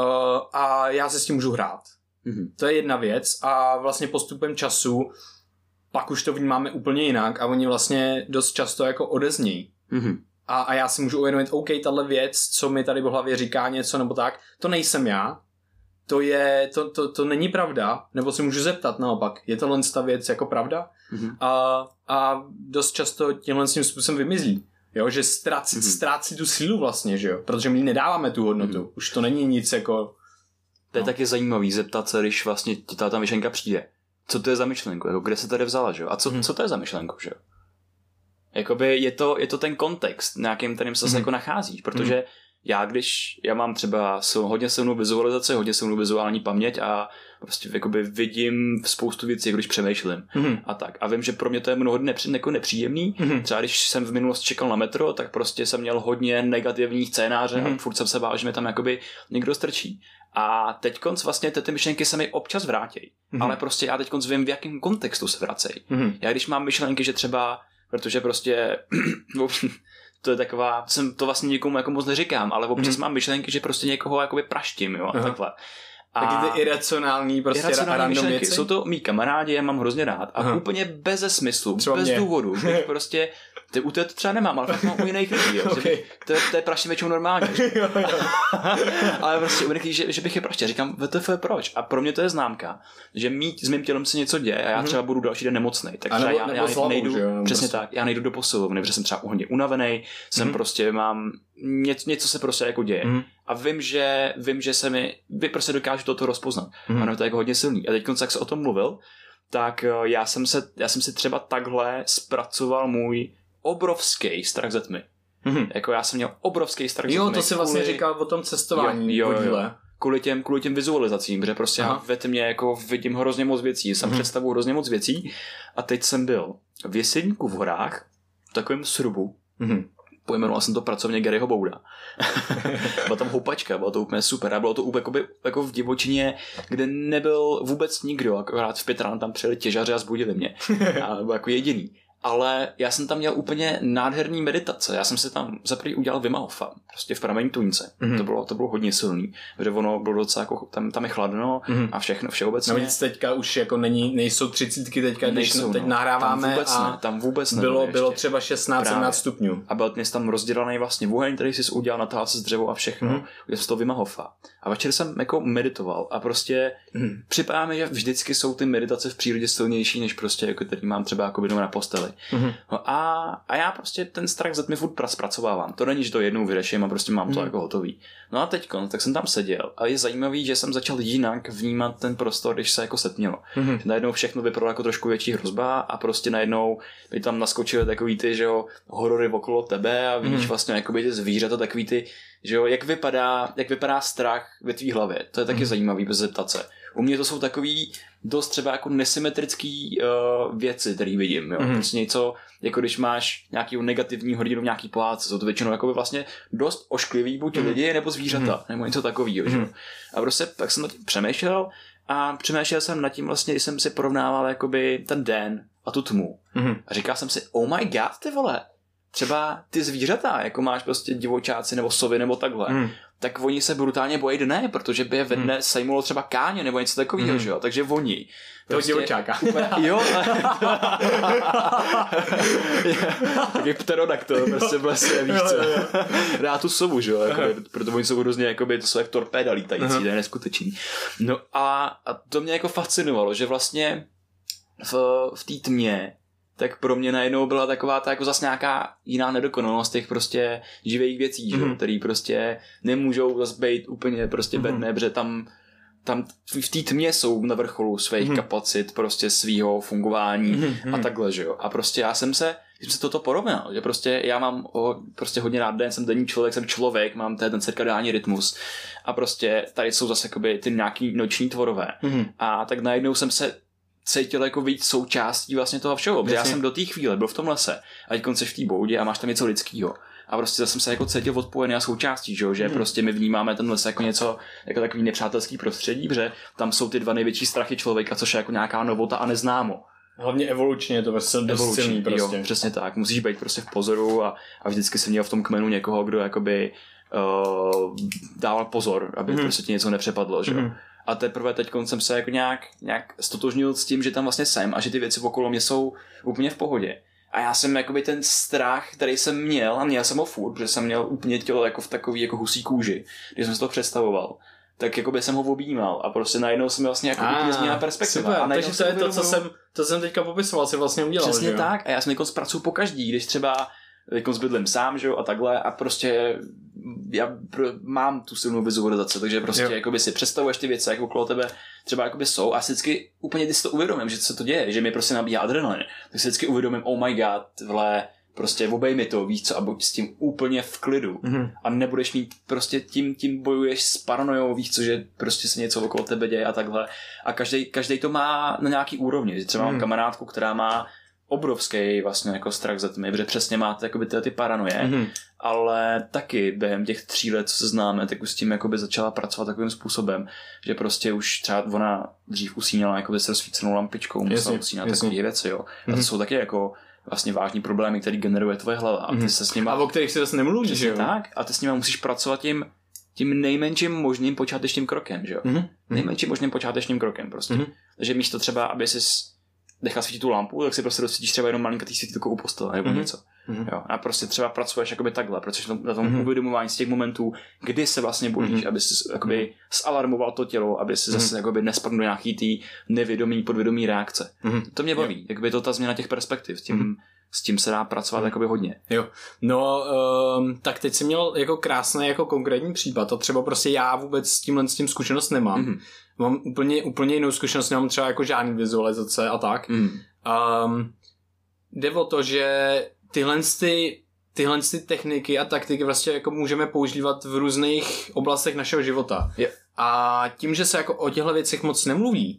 a já se s tím můžu hrát. Mm-hmm. To je jedna věc a vlastně postupem času pak už to vnímáme úplně jinak a oni vlastně dost často jako odeznějí. Mm-hmm. A, a já si můžu uvědomit, OK, tahle věc, co mi tady v hlavě říká něco nebo tak, to nejsem já, to je, to, to, to není pravda, nebo se můžu zeptat naopak, je tohle ta věc jako pravda? Mm-hmm. A, a dost často tímhle tím způsobem vymizí. Jo, že ztrácí, mm-hmm. ztrácí tu sílu vlastně, že jo, protože my nedáváme tu hodnotu, mm-hmm. už to není nic jako... To je no. taky zajímavý zeptat se, když vlastně ti ta, ta myšlenka přijde. Co to je za myšlenku? Jako, kde se tady vzala, že jo? A co, hmm. co to je za myšlenku, že jo? Jakoby je to, je to ten kontext, nějakým kterým se hmm. jako nacházíš, protože hmm. já když, já mám třeba hodně silnou vizualizaci, hodně silnou vizuální paměť a prostě jakoby vidím spoustu věcí, když přemýšlím hmm. a tak. A vím, že pro mě to je mnohdy nepří, jako nepříjemný. Hmm. Třeba když jsem v minulosti čekal na metro, tak prostě jsem měl hodně negativních scénáře hmm. a furt jsem se bál, že mi tam jakoby někdo strčí. A teďkonc vlastně ty, ty myšlenky se mi občas vrátějí. Mm-hmm. Ale prostě já teďkonc vím, v jakém kontextu se vracejí. Mm-hmm. Já když mám myšlenky, že třeba, protože prostě to je taková, jsem to vlastně nikomu jako moc neříkám, ale občas mm-hmm. mám myšlenky, že prostě někoho jakoby praštím, jo, a takhle. A taky ty iracionální prostě iracionální random myšlenky. věci. Jsou to mý kamarádi, já mám hrozně rád. A Aha. úplně beze smyslu, třeba bez mě. důvodu. Prostě, ty, u toho to třeba nemám, ale fakt mám u jiných lidí. Jo. Okay. To, to je praště většinou normálně. jo, jo. Ale prostě u jiných lidí, že, že bych je praště. Říkám, V T F proč? A pro mě to je známka, že mít s mým tělem se něco děje a já třeba budu další den nemocnej. Tak třeba nebo, já, nebo já slavu, nejdu, že, přesně tak, já nejdu do posilovny, protože jsem třeba hodně unavený, jsem mm-hmm. prostě mám, něco, něco se prostě jako děje. Mm-hmm. A vím, že, vím, že se mi, vy prostě dokážu toto rozpoznat. Mm-hmm. Ano, to je jako hodně silný. A teď, jak se o tom mluvil, tak já jsem, se, já jsem si třeba takhle zpracoval můj obrovský strach ze tmy. Mm-hmm. Jako já jsem měl obrovský strach ze tmy. Jo, to si vlastně kvůli... říkal o tom cestování. Jo, jo, jo. Kvůli těm, kvůli těm vizualizacím, protože prostě Aha. já ve tmě jako vidím hrozně moc věcí, jsem mm-hmm. představu hrozně moc věcí a teď jsem byl v Jeseníku v horách, v takovém srubu, mm-hmm. pojmenoval jsem to pracovně Garyho Bouda. Byla tam houpačka, bylo to úplně super a bylo to úplně jakoby, jako v divočině, kde nebyl vůbec nikdo, akorát v pět ráno tam přijeli těžaři a zbudili mě. A byl jako jediný. Ale já jsem tam měl úplně nádherný meditace. Já jsem si tam za první udělal Wima Hofa, prostě v pramení tůňce. Mm-hmm. To bylo, to bylo hodně silný, protože ono bylo docela jako, tam, tam je chladno mm-hmm. a všechno, všeobecně. Navíc teďka už jako není, nejsou třicítky teďka, když nejsou, teď no. nahráváme tam vůbec a ne, tam vůbec bylo, bylo třeba šestnáct sedmnáct stupňů. A byl dnes tam rozdělaný vlastně oheň, který jsi udělal, natáhl se z dřevo a všechno. Mm-hmm. Udělal jsem to Wima Hofa. A večer jsem jako meditoval a prostě mm-hmm. připadá mi, že vždycky jsou ty meditace v přírodě silnější, než prostě jako který mám třeba jako na posteli. Mm-hmm. No a, a já prostě ten strach ze tmy furt zpracovávám. To není, že to jednou vyřeším a prostě mám to mm. jako hotový. No a teďko, tak jsem tam seděl a je zajímavý, že jsem začal jinak vnímat ten prostor, když se jako setmělo. Mm. Najednou všechno vypadalo jako trošku větší hrozba a prostě najednou by tam naskočily takový ty, že jo, horory okolo tebe a vidíš mm. vlastně jakoby ty zvířata, takový ty, že jo, jak vypadá, jak vypadá strach ve tvý hlavě. To je taky mm. zajímavý bez zeptat se. U mě to jsou takový dost třeba jako nesymetrický uh, věci, který vidím, jo. Mm. Prostě něco, jako když máš nějaký negativní hrdinu v nějaký pohádce, jsou to většinou jako vlastně dost ošklivý buď mm. lidi nebo zvířata, mm. nebo něco takového, mm. A prostě tak jsem nad tím přemýšlel a přemýšlel jsem nad tím vlastně, když jsem si porovnával jakoby ten den a tu tmu. Mm. A říkal jsem si, oh my god, ty vole, třeba ty zvířata, jako máš prostě divočáci nebo sovy nebo takhle, mm. tak oni se brutálně bojí dne, protože by je ve dne hmm. sejmulo třeba káně nebo něco takového, hmm. že jo, takže oni. Prostě, to divočáka. Jo. Taky pterodaktyl, prostě vlastně, víš co. Dá tu sovu, že jo, jakoby, protože oni jsou hrozně, jakoby, to jsou jak torpéda lítající, uh-huh. to je neskutečný. No a, a to mě jako fascinovalo, že vlastně v, v té tmě tak pro mě najednou byla taková ta jako zas nějaká jiná nedokonalost těch prostě živých věcí, mm-hmm. že? Který prostě nemůžou zas být úplně prostě mm-hmm. bedné, protože tam, tam v té tmě jsou na vrcholu svých mm-hmm. kapacit, prostě svýho fungování mm-hmm. a takhle, že jo. A prostě já jsem se, jsem se toto porovnal, že prostě já mám o, prostě hodně rád den, jsem denní člověk, jsem člověk, mám ten cirkadiální rytmus a prostě tady jsou zase jakoby ty nějaký noční tvorové. Mm-hmm. A tak najednou jsem se cítil jako víc součástí vlastně toho všeho, protože já jsem do té chvíle byl v tom lese a teď konce v té boudě a máš tam něco lidského. A prostě zase jsem se jako cítil odpojený a součástí, že, že hmm. prostě my vnímáme ten les jako něco, jako takový nepřátelský prostředí, protože tam jsou ty dva největší strachy člověka, což je jako nějaká novota a neznámo. Hlavně evolučně je to prostě dost silný prostě. Jo, přesně tak, musíš být prostě v pozoru a, a vždycky jsem měl v tom kmenu někoho, kdo jakoby uh, dával pozor, aby hmm. prostě ti něco nepřepadlo, že hmm. A teprve teď jsem se jako nějak, nějak stotožnil s tím, že tam vlastně jsem a že ty věci okolo mě jsou úplně v pohodě. A já jsem jakoby ten strach, který jsem měl, a měl jsem ho furt, protože jsem měl úplně tělo jako v takový jako husí kůži, když jsem si to představoval, tak jakoby jsem ho objímal a prostě najednou jsem vlastně jako úplně změnila perspektiva. Super, a takže to je to, co jsem, to jsem teďka popisoval, si vlastně udělal. Přesně že? Tak a já jsem jako zpracuju po každý, když třeba jako s bydlím sám, že jo, a takhle a prostě já pr- mám tu silnou vizualizaci, takže prostě jo. jakoby si představuješ ty věci, jak okolo tebe třeba jakoby jsou a vždycky úplně když si to uvědomím, že se to děje, že mi prostě nabíhá adrenalin, tak si vždycky uvědomím, oh my god, vle, prostě obej mi to, víš co, a buď s tím úplně v klidu mm-hmm. a nebudeš mít prostě tím, tím bojuješ s paranojou, víš co, že prostě se něco okolo tebe děje a takhle a každej, každej to má na nějaký úrovni, že třeba mm. mám kamarádku, která má obrovský vlastně jako strach ze tmy, protože přesně máte jakoby ty, ty paranoje, mm-hmm. ale taky během těch tří let, co se známe, tak už s tím jakoby začala pracovat takovým způsobem, že prostě už třeba ona dřív usínala jakoby s rozsvícenou lampičkou, musela usínat takové věci, jo. Mm-hmm. A to jsou taky jako vlastně vážní problémy, který generuje tvoje hlava. A ty mm-hmm. se s nima... A o kterých si zase nemluvíš, že jo? Tak, a ty s nima musíš pracovat tím, tím nejmenším možným počátečním krokem, že jo? Mm-hmm. Nejmenším možným počátečním krokem prostě. Mm-hmm. Takže místo třeba, aby si nechal svítit tu lampu, tak si prostě rozsvítíš třeba jenom malinkatý světýlko u postele nebo mm-hmm. něco. Mm-hmm. Jo, a prostě třeba pracuješ jakoby takhle, protože na tom mm-hmm. uvědomování z těch momentů, kdy se vlastně bojíš, mm-hmm. aby si jakoby mm-hmm. zalarmoval to tělo, aby si zase mm-hmm. jakoby nespadl do nějaký tý nevědomý, podvědomý reakce. Mm-hmm. To mě baví, jo. Jakoby to ta změna těch perspektiv, s tím, mm-hmm. s tím se dá pracovat mm-hmm. jakoby hodně. Jo, no um, tak teď jsi měl jako krásný jako konkrétní případ a třeba prostě já vůbec s tímhle s tím zkušenost nemám. Mm-hmm. Mám úplně, úplně jinou zkušenost, nemám třeba jako žádný vizualizace a tak. Mm. Um, jde o to, že tyhle, ty, tyhle ty techniky a taktiky vlastně jako můžeme používat v různých oblastech našeho života. Yeah. A tím, že se jako o těchto věcech moc nemluví,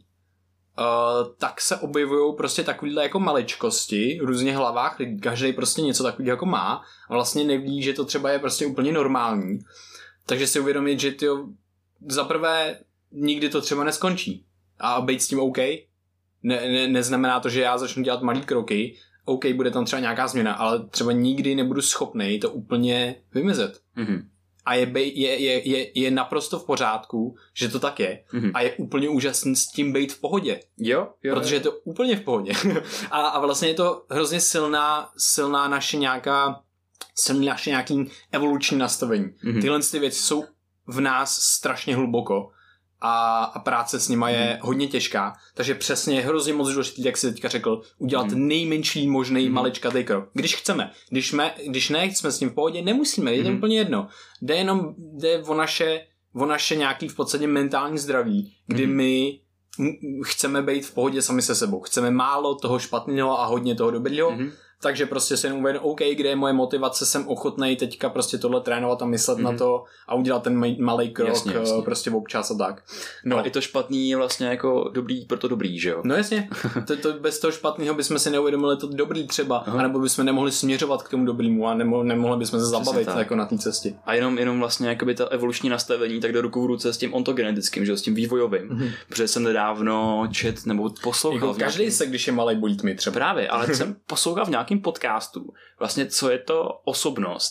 uh, tak se objevují prostě takovýhle jako maličkosti v různých hlavách, každý prostě něco takového jako má a vlastně neví, že to třeba je prostě úplně normální. Takže si uvědomit, že ty zaprvé nikdy to třeba neskončí. A být s tím OK. Ne, ne, neznamená to, že já začnu dělat malý kroky. OK, bude tam třeba nějaká změna, ale třeba nikdy nebudu schopný to úplně vymizet. Mm-hmm. A je, je, je, je, je naprosto v pořádku, že to tak je. Mm-hmm. A je úplně úžasný s tím být v pohodě. Jo, jo. Protože je to úplně v pohodě. a, a vlastně je to hrozně silná, silná naše nějaká silný naše nějaký evoluční nastavení. Mm-hmm. Tyhle ty věci jsou v nás strašně hluboko. A, a práce s nima je mm. hodně těžká, takže přesně je hrozně moc důležitý, jak jsi teďka řekl, udělat mm. nejmenší možný mm. maličkatý krok. Když chceme, když, jsme, když ne, jsme s tím v pohodě, nemusíme, je to mm. úplně jedno. Jde jenom jde o naše, o naše nějaký v podstatě mentální zdraví, kdy mm. my chceme být v pohodě sami se sebou. Chceme málo toho špatného a hodně toho dobrýho, mm. takže prostě si jenom uvědomit, OK, kde je moje motivace, jsem ochotnej teďka prostě tohle trénovat a myslet mm-hmm. na to a udělat ten malý krok jasně, jasně. prostě občas a tak. No. A i to špatný je vlastně jako dobrý pro to dobrý, že jo? No jasně, to, to, bez toho špatného bychom si neuvědomili to dobrý třeba, aha. anebo bychom nemohli směřovat k tomu dobrýmu a nemo, nemohli bychom se zabavit jako na té cestě. A jenom, jenom vlastně jakoby ta evoluční nastavení tak do ruku v ruce s tím ontogenetickým, že jo, s tím vývojovým, mm-hmm. protože jsem nedávno čet nebo poslouchal. Jako každý nějakým... se, když je malej, bojí tmy třeba. Právě, ale jsem poslouchal v nějakým podcastu, vlastně co je to osobnost,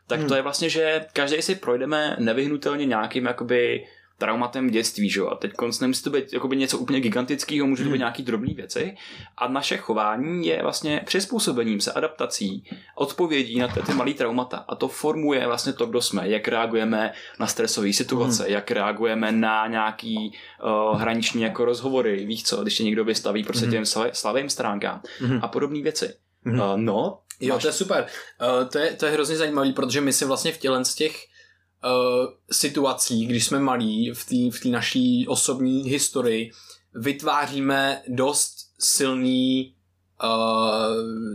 tak hmm. to je vlastně, že každý si projdeme nevyhnutelně nějakým jakoby traumatem v dětství, že jo? A teď nemusí to být jakoby něco úplně gigantického, může to být hmm. nějaký drobný věci. A naše chování je vlastně přizpůsobením se, adaptací, odpovědí na ty, ty malý traumata. A to formuje vlastně to, kdo jsme, jak reagujeme na stresové situace, hmm. jak reagujeme na nějaký uh, hraniční jako rozhovory, víš co, když tě někdo vystaví prostě hmm. těm slavým stránkám hmm. a podobné věci. Hmm. Uh, no, jo, máš... to je super. Uh, to, je, to je hrozně zajímavý, protože my si vlastně v těle z těch Uh, situací, když jsme malí v té v té naší osobní historii, vytváříme dost silný uh,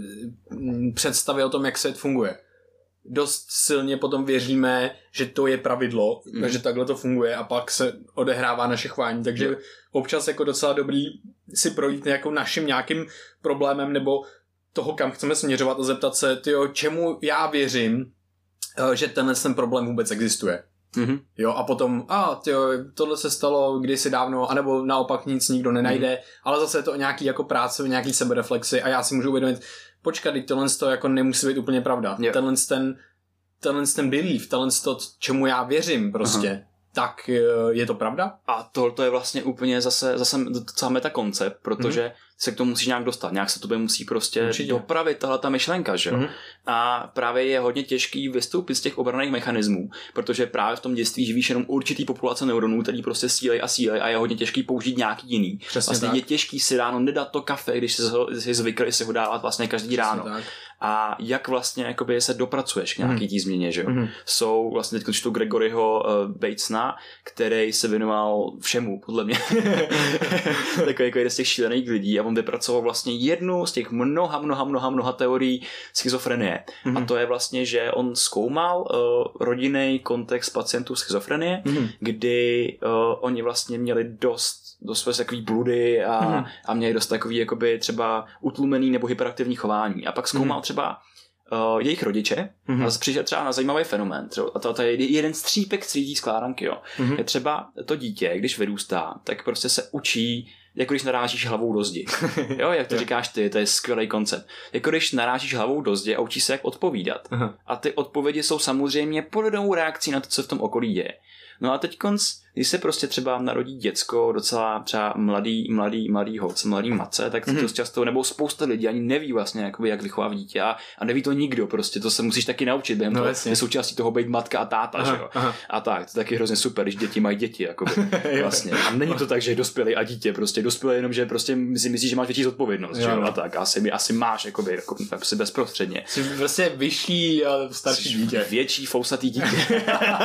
představy o tom, jak svět funguje. Dost silně potom věříme, že to je pravidlo, mm. že takhle to funguje a pak se odehrává naše chování. Takže mm. občas jako docela dobrý si projít nějakou naším nějakým problémem nebo toho, kam chceme směřovat a zeptat se, tyjo, čemu já věřím, že tenhle ten problém vůbec existuje. Mm-hmm. Jo, a potom, a tyjo, tohle se stalo kdysi dávno, anebo naopak nic nikdo nenajde, mm-hmm. ale zase je to o nějaký jako práce, o nějaký sebereflexy a já si můžu uvědomit, počkat, teď tohle to jako nemusí být úplně pravda. Yeah. Tenhle ten, tenhle ten belief, tenhle to, čemu já věřím prostě, uh-huh. tak je to pravda? A tohle je vlastně úplně zase, zase docela metakoncept, protože mm-hmm. se k tomu musí nějak dostat, nějak se tobě musí prostě Určitě. dopravit tahle ta myšlenka, že jo? Mm-hmm. A právě je hodně těžký vystoupit z těch obranných mechanismů, protože právě v tom dětství živíš jenom určitý populace neuronů, který prostě sílej a sílej a je hodně těžký použít nějaký jiný. Přesně vlastně tak. je těžký si ráno nedat to kafe, když jsi zvykli si ho dávat vlastně každý Přesně ráno. Tak. A jak vlastně jakoby se dopracuješ k nějaký mm. tý změně, že jo? Mm. Jsou vlastně teď čtu Gregoryho uh, Batesona, který se věnoval všemu, podle mě. Takový jako jeden z těch šílených lidí a on vypracoval vlastně jednu z těch mnoha, mnoha, mnoha, mnoha teorií schizofrenie. Mm. A to je vlastně, že on zkoumal uh, rodinný kontext pacientů schizofrenie, mm. kdy uh, oni vlastně měli dost dost takový bludy a, mm. a měli dost takový jakoby třeba utlumený nebo hyperaktivní chování. A pak zkoumal mm. třeba uh, jejich rodiče mm. a přišel třeba na zajímavý fenomén. Třeba, a to, to je jeden střípek z skládanky. Jo. Mm. Je třeba to dítě, když vyrůstá, tak prostě se učí, jako když narážíš hlavou do zdi. Jo, jak to říkáš ty, to je skvělý koncept. Jako když narážíš hlavou do zdi a učíš se, jak odpovídat. Aha. A ty odpovědi jsou samozřejmě podobnou reakcí na to, co v tom okolí děje. No a teď konc, když se prostě třeba narodí děcko, docela třeba mladý, mladý, mladý holc, mladý matce, tak mm-hmm. to často, nebo spousta lidí ani neví vlastně, jakoby, jak vychovávat dítě a, a neví to nikdo prostě, to se musíš taky naučit během no, toho, je součástí toho být matka a táta, aha, že jo. Aha. A tak, to je taky hrozně super, když děti mají děti, jakoby, vlastně. A není to tak, že je dospělý a dítě, prostě dospělý jenom, že prostě si myslíš, že máš větší zodpovědnost, jo, že jo, a tak, asi, asi máš, jakoby, jako, asi bezprostředně. Jsi vlastně vyšší a starší Jsi dítě. Větší, fousatý dítě.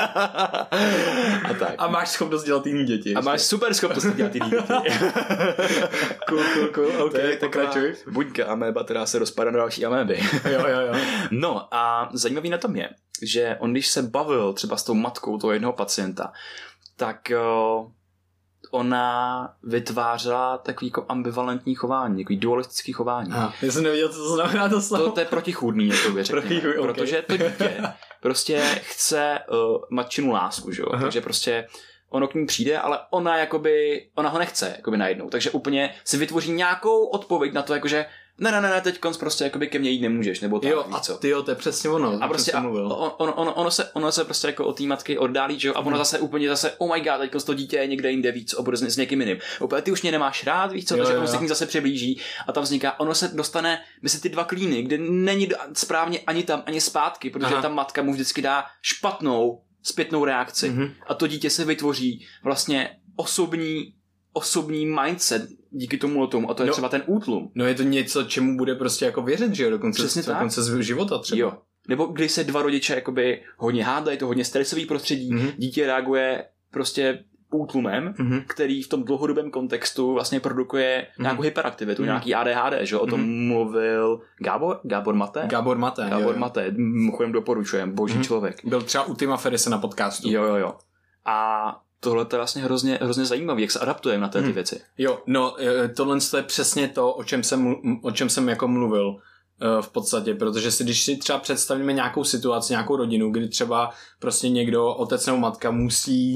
A tak. A máš schopnost dělat jiný děti. A máš super schopnost dělat jiný děti. Cool, cool, cool. Ok, pokračuj. Buňka améba, která se rozpadá do další améby. Jo, jo, jo. No a zajímavý na tom je, že on když se bavil třeba s tou matkou toho jednoho pacienta, tak uh, ona vytvářela takový jako ambivalentní chování, takový dualistický chování. Ah, já jsem nevěděl, co to znamená to slovo. To, to je protichůdný, jako by řekněme. Protichůd, okay. Protože to dítě prostě chce uh, matčinu lásku, že jo? Aha. Takže prostě ono k ní přijde, ale ona jakoby, ona ho nechce jakoby najednou, takže úplně si vytvoří nějakou odpověď na to, jakože ne, ne, ne, ne, teď konc prostě jakoby ke mně jít nemůžeš, nebo tak, jo, víc co. Tyjo, to je přesně ono. A prostě a on, on, on, ono, se, ono se prostě jako od té matky oddálí, že jo, a ono hmm. zase úplně zase, oh my god, teď konc to dítě je někde jinde víc, obrz s někým jiným. Opět ty už mě nemáš rád, víš co, jo, takže ono se k ní zase přiblíží a tam vzniká, ono se dostane mezi ty dva klíny, kde není správně ani tam, ani zpátky, protože Aha. ta matka mu vždycky dá špatnou zpětnou reakci mm-hmm. a to dítě se vytvoří vlastně osobní osobní mindset díky tomu tomu a to je no, třeba ten útlum. No je to něco, čemu bude prostě jako věřit, že jo, dokonce, Přesně do konce tak. života třeba. Jo. Nebo když se dva rodiče jakoby hodně hádají, to hodně stresový prostředí, mm-hmm. dítě reaguje prostě útlumem, mm-hmm. který v tom dlouhodobém kontextu vlastně produkuje mm-hmm. nějakou hyperaktivitu, mm-hmm. nějaký A D H D, že o tom mm-hmm. mluvil Gábor, Gábor Mate? Gábor Mate, Gábor jo. Mate, mimochodem doporučujem, boží mm-hmm. člověk. Byl třeba u Tima Ferrise na podcastu. Jo, jo, jo. A tohle je vlastně hrozně, hrozně zajímavé, jak se adaptujeme na ty hmm. věci. Jo, no tohle je přesně to, o čem jsem, o čem jsem jako mluvil v podstatě, protože si, když si třeba představíme nějakou situaci, nějakou rodinu, kdy třeba prostě někdo, otec nebo matka musí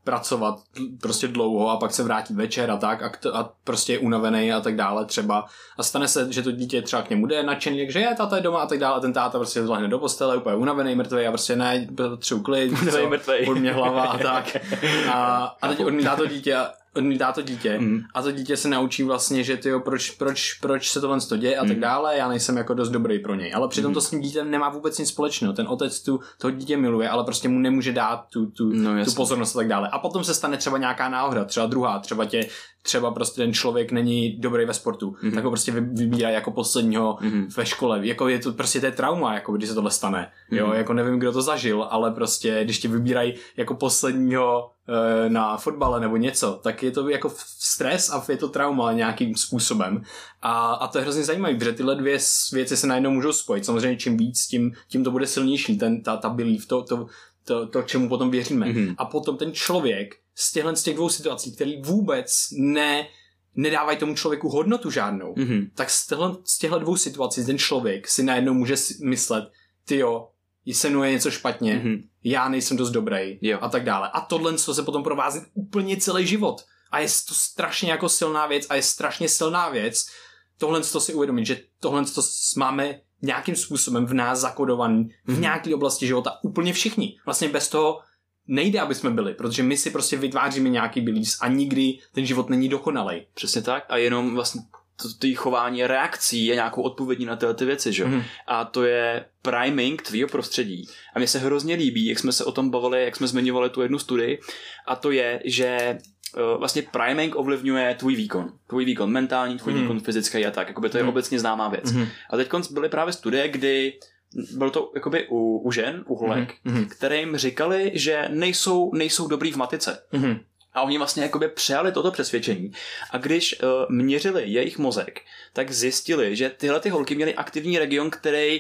pracovat prostě dlouho a pak se vrátit večer a tak a, to, a prostě je unavený a tak dále třeba a stane se, že to dítě třeba k němu jde nadšený, že je, táta je doma a tak dále a ten táta prostě zlehne do postele, úplně unavený, mrtvý a prostě ne, potřebuji klid, pod mě hlava a tak a, a teď odmítá to dítě a odmítá to dítě mm. a to dítě se naučí vlastně, že tyjo, proč, proč, proč se tohle to děje a mm. tak dále, já nejsem jako dost dobrý pro něj, ale přitom mm. to s tím dítětem nemá vůbec nic společného, ten otec tu, toho dítě miluje, ale prostě mu nemůže dát tu, tu, no, tu pozornost a tak dále a potom se stane třeba nějaká náhoda, třeba druhá, třeba tě, třeba prostě ten člověk není dobrý ve sportu, mm. tak ho prostě vybírá jako posledního mm. ve škole, jako je to prostě to je trauma, jako když se tohle stane, mm. jo, jako nevím, kdo to zažil, ale prostě když tě vybírají jako posledního na fotbale nebo něco, tak je to jako stres a je to trauma nějakým způsobem a, a to je hrozně zajímavé, protože tyhle dvě věci se najednou můžou spojit, samozřejmě čím víc, tím, tím to bude silnější, ten, ta, ta belief, to, to, to, to, čemu potom věříme mm-hmm. a potom ten člověk z těchhle z těch dvou situací, který vůbec ne nedávají tomu člověku hodnotu žádnou, mm-hmm. tak z těchto, z těchto dvou situací ten člověk si najednou může myslet, tyjo, se mnou je něco špatně, mm-hmm. já nejsem dost dobrý jo. a tak dále. A tohle se potom provází úplně celý život. A je to strašně jako silná věc a je strašně silná věc tohle to si uvědomit, že tohle to máme nějakým způsobem v nás zakodovaný v nějaké oblasti života úplně všichni. Vlastně bez toho nejde, aby jsme byli, protože my si prostě vytváříme nějaký beliefs a nikdy ten život není dokonalej. Přesně tak a jenom vlastně to tý chování reakcí je nějakou odpovědí na tyhle ty věci, že? Mm. A to je priming tvýho prostředí. A mně se hrozně líbí, jak jsme se o tom bavili, jak jsme zmiňovali tu jednu studii, a to je, že uh, vlastně priming ovlivňuje tvůj výkon. Tvůj výkon mentální, tvůj mm. výkon fyzický a tak. Jakoby to je mm. obecně známá věc. Mm. A teď byly právě studie, kdy bylo to jakoby u, u žen, u holek, mm. kterým říkali, že nejsou, nejsou dobrý v matice. Mm. A oni vlastně jakoby přijali toto přesvědčení. A když uh, měřili jejich mozek, tak zjistili, že tyhle ty holky měly aktivní region, který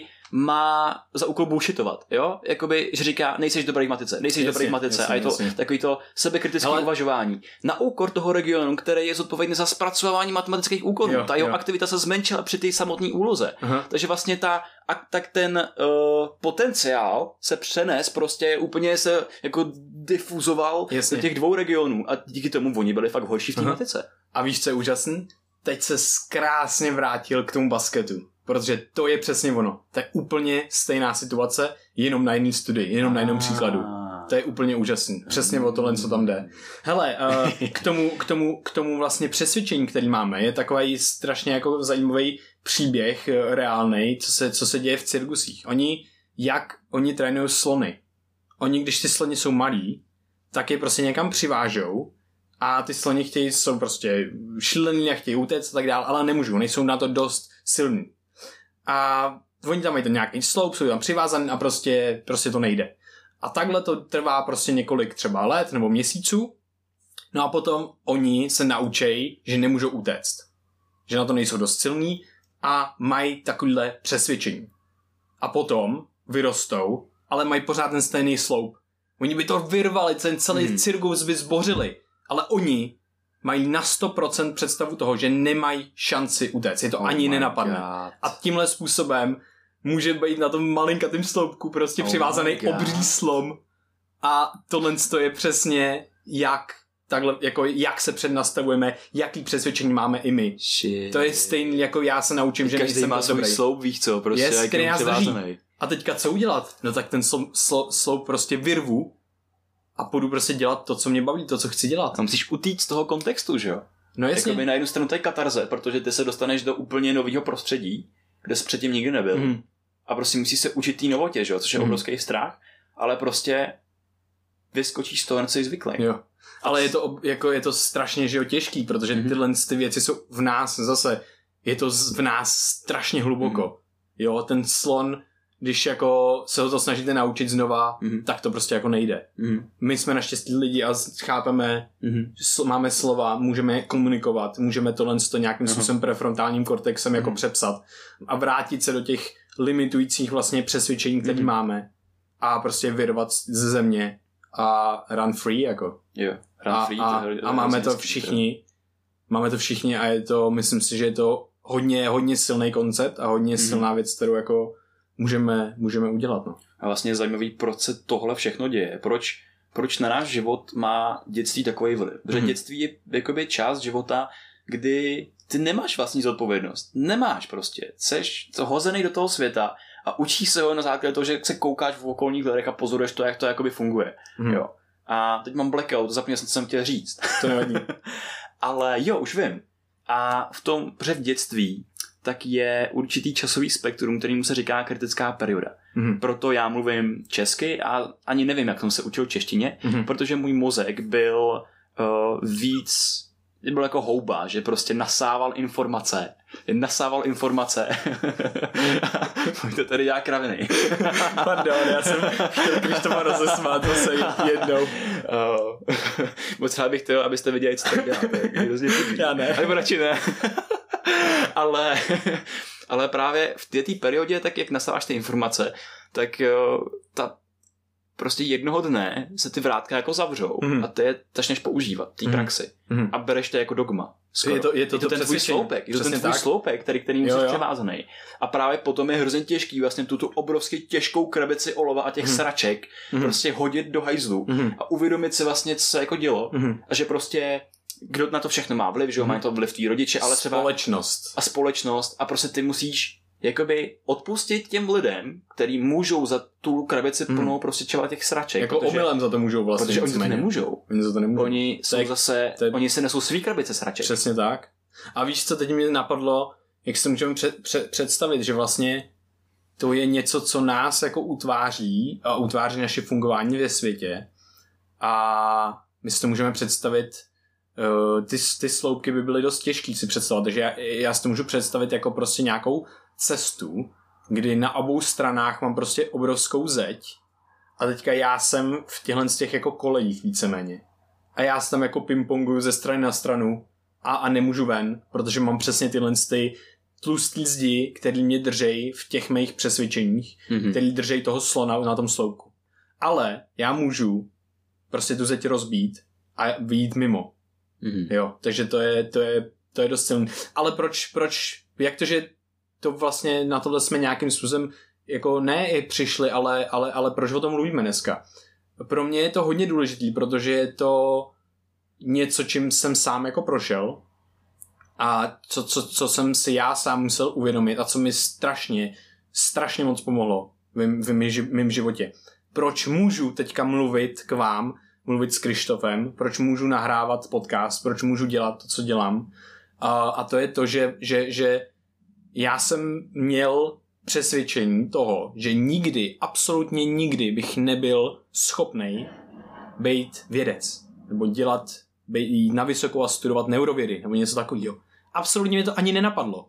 má za úkol bullshitovat, jo? Jakoby, že říká, nejseš dobrý v matice, nejseš jasně, dobrý v matice. Jasně, a je to jasně. takový to sebekritické ale... uvažování. Na úkor toho regionu, který je zodpovědný za zpracování matematických úkonů. Jo, ta jeho jo. aktivita se zmenšila při té samotné úloze. Aha. Takže vlastně ta, a, tak ten uh, potenciál se přenes, prostě úplně se jako difuzoval jasně. do těch dvou regionů a díky tomu oni byli fakt horší v té matice. A víš, co je úžasný? Teď se krásně vrátil k tomu basketu. Protože to je přesně ono. To je úplně stejná situace, jenom na jedné studii, jenom na jednom příkladu. To je úplně úžasný. Přesně o tohle, co tam jde. Hele, uh, k tomu, k tomu, k tomu vlastně přesvědčení, který máme, je takový strašně jako zajímavý příběh uh, reálnej, co se, co se děje v cirkusích. Oni, jak oni trénují slony. Oni, když ty sloni jsou malí, tak je prostě někam přivážou a ty sloni chtějí, jsou prostě šílený a chtějí utéct a tak dále, ale nemůžou, nejsou na to dost silný. A oni tam mají ten nějaký sloup, jsou tam přivázaný a prostě, prostě to nejde. A takhle to trvá prostě několik třeba let nebo měsíců. No a potom oni se naučí, že nemůžou utéct. Že na to nejsou dost silní a mají takovýhle přesvědčení. A potom vyrostou, ale mají pořád ten stejný sloup. Oni by to vyrvali, ten celý hmm. cirkus by zbořili. Ale oni mají na sto procent představu toho, že nemají šanci utéct. Je to oh ani nenapadne. God. A tímhle způsobem může být na tom malinkatým sloupku prostě oh přivázaný obří slom. A tohle je přesně jak takhle, jako jak se přednastavujeme, jaký přesvědčení máme i my. Shit. To je stejný, jako já se naučím, že každý má svůj sloup, víš co, prostě yes, jak je přivázaný. A teďka co udělat? No tak ten sloup, sloup prostě vyrvu a půjdu prostě dělat to, co mě baví, to, co chci dělat. A musíš utíct z toho kontextu, že jo? No jasně. Jakoby na jednu stranu to je katarze, protože ty se dostaneš do úplně nového prostředí, kde jsi předtím nikdy nebyl. Mm. A prostě musíš se učit té novotě, že jo? Což je mm. obrovský strach, ale prostě vyskočíš z toho, na co jsi zvyklý. Jo. Ale je to, jako, je to strašně, že jo, těžký, protože mm. tyhle ty věci jsou v nás zase, je to v nás strašně hluboko. Mm. Jo, ten slon, když jako se ho to snažíte naučit znova, mm. tak to prostě jako nejde. Mm. My jsme naštěstí lidi a chápeme, mm. sl- máme slova, můžeme komunikovat, můžeme tohle to nějakým způsobem prefrontálním kortexem mm. jako přepsat a vrátit se do těch limitujících vlastně přesvědčení, které mm. máme a prostě vyrvat ze země a run free jako. Jo, run a, free. A, to je, a máme to všichni, máme to všichni a je to, myslím si, že je to hodně, hodně silný koncept a hodně mm. silná věc, kterou jako můžeme, můžeme udělat. No. A vlastně je zajímavý, proč se tohle všechno děje. Proč, proč na náš život má dětství takový vliv. Protože mm. dětství je jakoby část života, kdy ty nemáš vlastní zodpovědnost. Nemáš prostě. Jseš hozený do toho světa a učíš se ho na základě toho, že se koukáš v okolních lidech a pozoruješ to, jak to jakoby funguje. Mm. Jo. A teď mám blackout, zapomněl jsem, co jsem chtěl říct. To nevadí. Ale jo, už vím. A v tom, protože v dětství tak je určitý časový spektrum, kterýmu se říká kritická perioda. Mm-hmm. Proto já mluvím česky a ani nevím, jak jsem se učil češtině, mm-hmm. protože můj mozek byl uh, víc, byl jako houba, že prostě nasával informace. Nasával informace. To tady dělá kraviny. Pardon, já jsem chtěl Krištofa rozesmát zase jednou. Uh, moc třeba bych chtěl, abyste viděli, co tady děláte. Já ne. Nebo radši ne. ale, ale právě v té periodě, tak jak nasáváš ty informace, tak ta prostě jednoho dne se ty vrátka jako zavřou mm. a ty je začneš používat, ty mm. praxi. Mm. A bereš to jako dogma. Je to, je to, je to, to ten tvůj sloupek, je to ten tvůj sloupek, který, který musíš převázaný. A právě potom je hrozně těžký vlastně tu, tu obrovsky těžkou krabici olova a těch mm. sraček mm. prostě hodit do hajzlu mm. a uvědomit si vlastně, co se jako dělo mm. a že prostě kdo na to všechno má vliv, že jo, mm. má to vliv tví rodiče, ale třeba společnost. A společnost a prostě ty musíš jakoby odpustit těm lidem, který můžou za tu krabici plnou mm. prostě čela těch sraček. Jako protože, omylem za to můžou vlastně. Protože oni to nemůžou. Oni za to nemůžou. Oni jsou je, zase, je, oni se nesou svý krabice sraček. Přesně tak. A víš, co teď mi napadlo, jak si můžeme před, před, představit, že vlastně to je něco, co nás jako utváří a utváří naše fungování ve světě. A my si to můžeme představit. Uh, ty, ty sloupky by byly dost těžký si představit, takže já, já si to můžu představit jako prostě nějakou cestu, kdy na obou stranách mám prostě obrovskou zeď a teďka já jsem v těchhle z těch jako kolejích víceméně a já se tam jako pingponguju ze strany na stranu a, a nemůžu ven, protože mám přesně tyhle ty tlustý zdi, který mě držej v těch mých přesvědčeních, mm-hmm. který držej toho slona na tom sloupku. Ale já můžu prostě tu zeď rozbít a vyjít mimo. Mm-hmm. Jo, takže to je, to je, to je dost silný. Ale proč, proč, jak to, že to vlastně na tohle jsme nějakým způsobem jako ne přišli, ale, ale, ale proč o tom mluvíme dneska? Pro mě je to hodně důležitý, protože je to něco, čím jsem sám jako prošel a co, co, co jsem si já sám musel uvědomit a co mi strašně, strašně moc pomohlo v mém životě. Proč můžu teďka mluvit k vám, mluvit s Krištofem, proč můžu nahrávat podcast, proč můžu dělat to, co dělám. A, a to je to, že, že, že já jsem měl přesvědčení toho, že nikdy, absolutně nikdy bych nebyl schopnej být vědec, nebo dělat, být, jít na vysokou a studovat neurovědy, nebo něco takového. Absolutně mě to ani nenapadlo.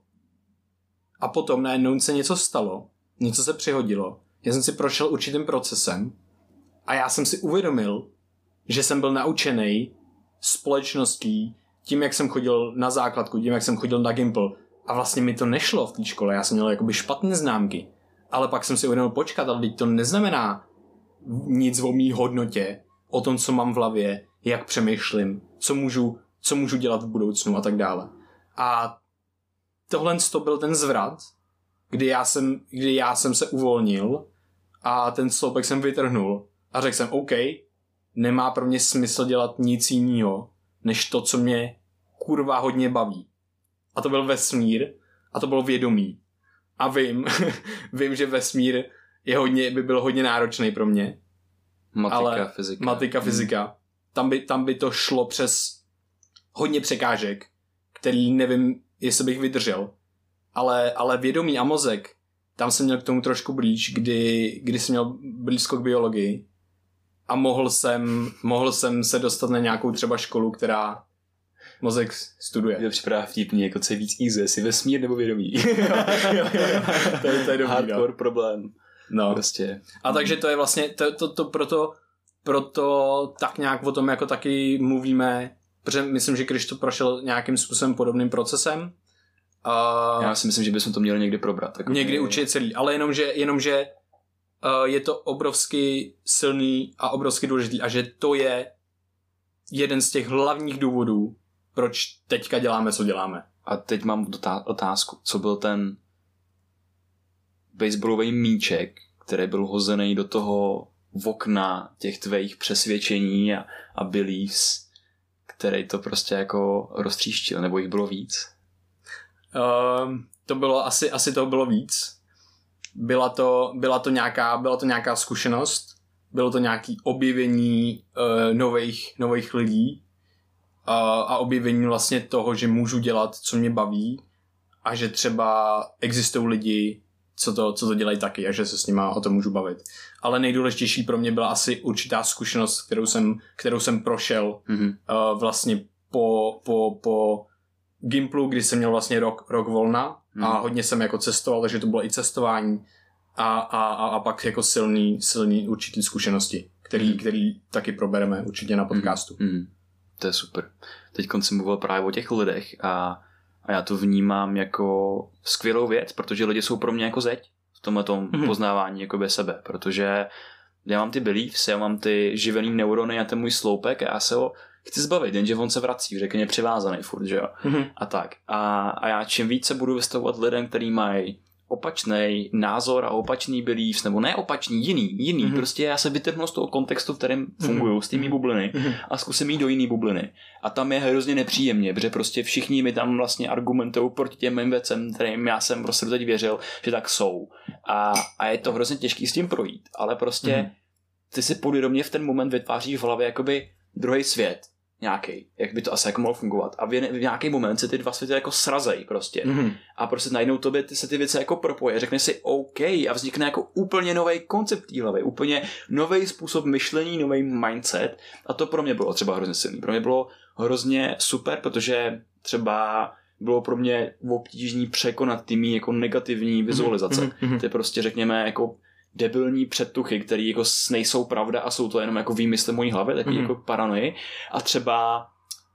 A potom najednou se něco stalo, něco se přihodilo, já jsem si prošel určitým procesem a já jsem si uvědomil, že jsem byl naučený společností, tím, jak jsem chodil na základku, tím, jak jsem chodil na Gimple. A vlastně mi to nešlo v té škole, já jsem měl jakoby špatné známky. Ale pak jsem si uvědomil, počkat, ale teď to neznamená nic o mý hodnotě, o tom, co mám v hlavě, jak přemýšlím, co můžu, co můžu dělat v budoucnu a tak dále. A tohle to byl ten zvrat, kdy já jsem, kdy já jsem se uvolnil a ten sloupek jsem vytrhnul a řekl jsem, OK, nemá pro mě smysl dělat nic jiného, než to, co mě kurva hodně baví. A to byl vesmír a to bylo vědomí. A vím, vím, že vesmír je hodně, by byl hodně náročný pro mě. Matika, ale fyzika. Matika, fyzika. Hmm. Tam, by, tam by to šlo přes hodně překážek, který nevím, jestli bych vydržel. Ale, ale vědomí a mozek, tam jsem měl k tomu trošku blíž, kdy, kdy jsem měl blízko k biologii. A mohl jsem, mohl jsem se dostat na nějakou třeba školu, která mozek studuje. To připadá vtipný, jako co je víc easy, jestli vesmír nebo vědomí. jo, jo, jo. To je, to je dobrý, hardcore no. problém. No. Prostě. A takže to je vlastně, to, to, to proto, proto tak nějak o tom jako taky mluvíme, protože myslím, že Krištof prošel nějakým způsobem podobným procesem. Uh, Já si myslím, že bychom to měli někdy probrat. Tak někdy určitě celý, ale jenomže, jenomže uh, je to obrovsky silný a obrovsky důležitý a že to je jeden z těch hlavních důvodů, proč teďka děláme, co děláme. A teď mám otázku. Co byl ten baseballový míček, který byl hozený do toho okna těch tvých přesvědčení a, a beliefs, který to prostě jako roztříštil, nebo jich bylo víc? Uh, to bylo, asi, asi toho bylo víc. Byla to, byla to, nějaká, byla to nějaká zkušenost, bylo to nějaké objevení uh, nových, nových lidí uh, a objevení vlastně toho, že můžu dělat, co mě baví a že třeba existují lidi, co to, co to dělají taky a že se s nima o tom můžu bavit. Ale nejdůležitější pro mě byla asi určitá zkušenost, kterou jsem, kterou jsem prošel mm-hmm. uh, vlastně po, po, po Gimplu, kdy jsem měl vlastně rok, rok volna mm. a hodně jsem jako cestoval, takže to bylo i cestování a, a, a, a pak jako silný, silný určitý zkušenosti, který, mm. který taky probereme určitě na podcastu. Mm. Mm. To je super. Teď jsem mluvil právě o těch lidech a, a já to vnímám jako skvělou věc, protože lidi jsou pro mě jako zeď v tomhletom mm. poznávání jakoby sebe, protože já mám ty beliefs, já mám ty živený neurony a ten můj sloupek a já se ho chci zbavit, jenže on se vrací, řekně přivázaný furt, že jo. Mm-hmm. A tak. A, a já čím více budu vystavovat lidem, který mají opačný názor a opačný beliefs, nebo ne opačný, jiný, jiný, mm-hmm. prostě já se vytrhnu z toho kontextu, v kterém fungují, z té mý bubliny mm-hmm. a zkusím jít do jiný bubliny. A tam je hrozně nepříjemně, protože prostě všichni mi tam vlastně argumentují proti těm mým věcem, kterým já jsem prostě teď věřil, že tak jsou. A, a je to hrozně těžký s tím projít, ale prostě mm-hmm. ty si podvědomě v ten moment vytváříš v hlavě jakoby druhý svět. Nějaký, jak by to asi jako mohlo fungovat. A v, v nějaký moment se ty dva světy jako srazej prostě. Mm-hmm. A prostě najednou tobě ty, se ty věci jako propoje. Řekne si OK a vznikne jako úplně nový koncept té hlavy. Úplně nový způsob myšlení, nový mindset. A to pro mě bylo třeba hrozně silný. Pro mě bylo hrozně super, protože třeba bylo pro mě obtížný překonat ty mý jako negativní vizualizace. Mm-hmm. To je prostě řekněme jako debilní předtuchy, které jako nejsou pravda a jsou to jenom jako výmysly mojí hlavy, takový mm-hmm. jako paranoji. A třeba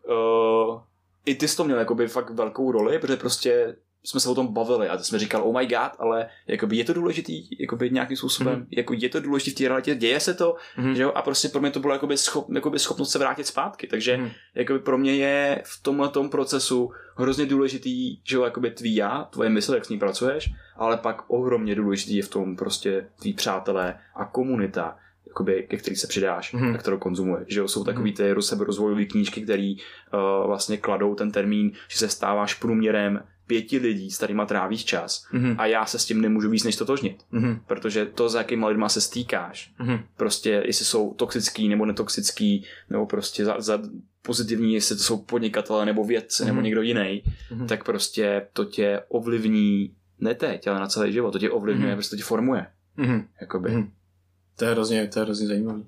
uh, i ty jsi to měl jakoby fakt velkou roli, protože prostě jsme se o tom bavili a jsme říkali oh my god, ale jakoby je to důležitý jakoby nějakým způsobem, mm-hmm. jako je to důležitý v té realitě, děje se to, mm-hmm. že jo? A prostě pro mě to bylo jakoby, schop, jakoby schopnost se vrátit zpátky, takže mm-hmm. jakoby pro mě je v tomhletom procesu hrozně důležitý, že jo, jakoby tvý já, tvoje mysl, jak s ní pracuješ, ale pak ohromně důležitý je v tom prostě tví přátelé a komunita, jakoby, ke který se přidáš mm-hmm. a kterou konzumuješ. Že jo? Jsou takový ty seberozvojové knížky, které uh, vlastně kladou ten termín, že se stáváš průměrem pěti lidí, s kterýma trávíš čas mm-hmm. a já se s tím nemůžu víc než totožnit. Mm-hmm. Protože to, za jakýma lidma se stýkáš, mm-hmm. prostě jestli jsou toxický nebo netoxický, nebo prostě za, za pozitivní, jestli to jsou podnikatelé nebo vědci mm-hmm. nebo někdo jiný, mm-hmm. tak prostě to tě ovlivní ne teď, ale na celý život. To tě ovlivňuje, mm-hmm. prostě to tě formuje. Mm-hmm. Jakoby. Mm-hmm. To je hrozně, to je hrozně zajímavý.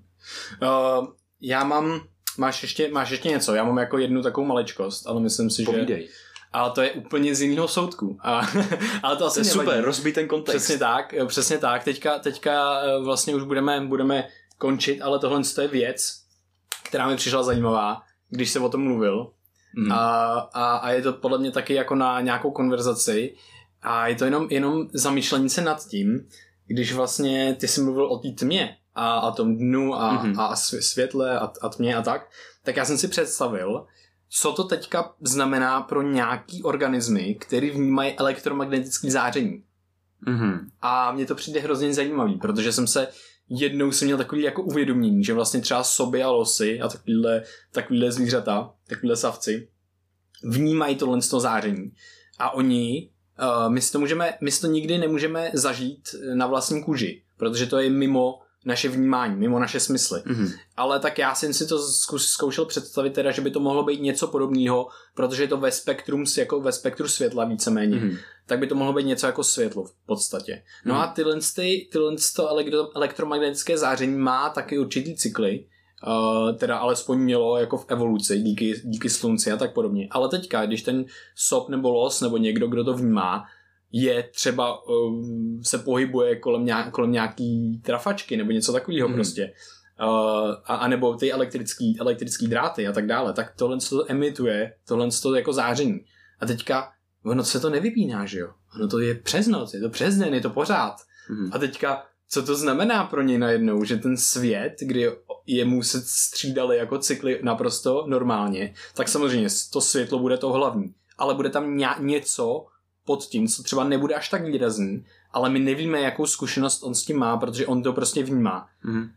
Uh, já mám, máš ještě, máš ještě něco, já mám jako jednu takovou maličkost, ale myslím si, Povídej. že ale to je úplně z jiného soudku. A, ale to asi to je nevadí. Super, rozbij ten kontext. Přesně tak, přesně tak. Teďka, teďka vlastně už budeme, budeme končit, ale tohle je věc, která mi přišla zajímavá, když se o tom mluvil. Mm. A, a, a je to podle mě taky jako na nějakou konverzaci a je to jenom, jenom zamýšlení se nad tím, když vlastně ty jsi mluvil o té tmě a, a tom dnu a, mm-hmm. a světle a, a tmě a tak, tak já jsem si představil, co to teďka znamená pro nějaký organismy, který vnímají elektromagnetické záření. Mm-hmm. A mně to přijde hrozně zajímavý, protože jsem se jednou jsem měl takový jako uvědomění, že vlastně třeba soby a losy a takovýhle, takovýhle zvířata, takovýhle savci vnímají tohle z toho záření. A oni, uh, my, si to můžeme, my si to nikdy nemůžeme zažít na vlastní kůži, protože to je mimo naše vnímání, mimo naše smysly. Mm-hmm. Ale tak já jsem si to zkoušel představit teda, že by to mohlo být něco podobného, protože je to ve spektrum, jako ve spektru světla víceméně, mm-hmm. tak by to mohlo být něco jako světlo v podstatě. No mm-hmm. a tyhle, ty, tyhle to elektromagnetické záření má taky určitý cykly, uh, teda alespoň mělo jako v evoluci, díky, díky slunci a tak podobně. Ale teďka, když ten sob nebo los nebo někdo, kdo to vnímá, je třeba um, se pohybuje kolem, nějak, kolem nějaký trafačky nebo něco takového mm. prostě. Uh, a, a nebo ty elektrický, elektrický dráty a tak dále. Tak tohle to emituje, tohle to jako záření. A teďka ono se to nevypíná, že jo? Ono to je přes noc, je to přes den, je to pořád. Mm. A teďka, co to znamená pro něj najednou? Že ten svět, kdy jemu se střídali jako cykly naprosto normálně, tak samozřejmě to světlo bude to hlavní. Ale bude tam ně, něco pod tím, co třeba nebude až tak výrazný, ale my nevíme, jakou zkušenost on s tím má, protože on to prostě vnímá. Mm.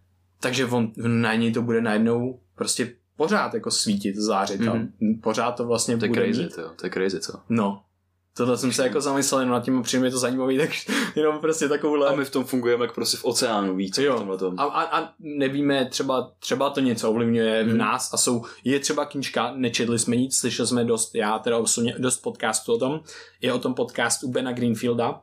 takže on, na něj to bude najednou prostě pořád jako svítit, zářit. Mm-hmm. A pořád to vlastně to bude crazy, mít. To, to je crazy, co? No. Tohle jsem se jako zamyslel jenom nad tím a přijde mi to zajímavý, tak jenom prostě takovouhle... A my v tom fungujeme jako prostě v oceánu víc. Jo. A, a, a nevíme, třeba, třeba to něco ovlivňuje hmm. v nás a jsou, je třeba knížka, nečetli jsme nic, slyšeli jsme dost, já teda osobně dost podcastů o tom, je o tom podcast u Bena Greenfielda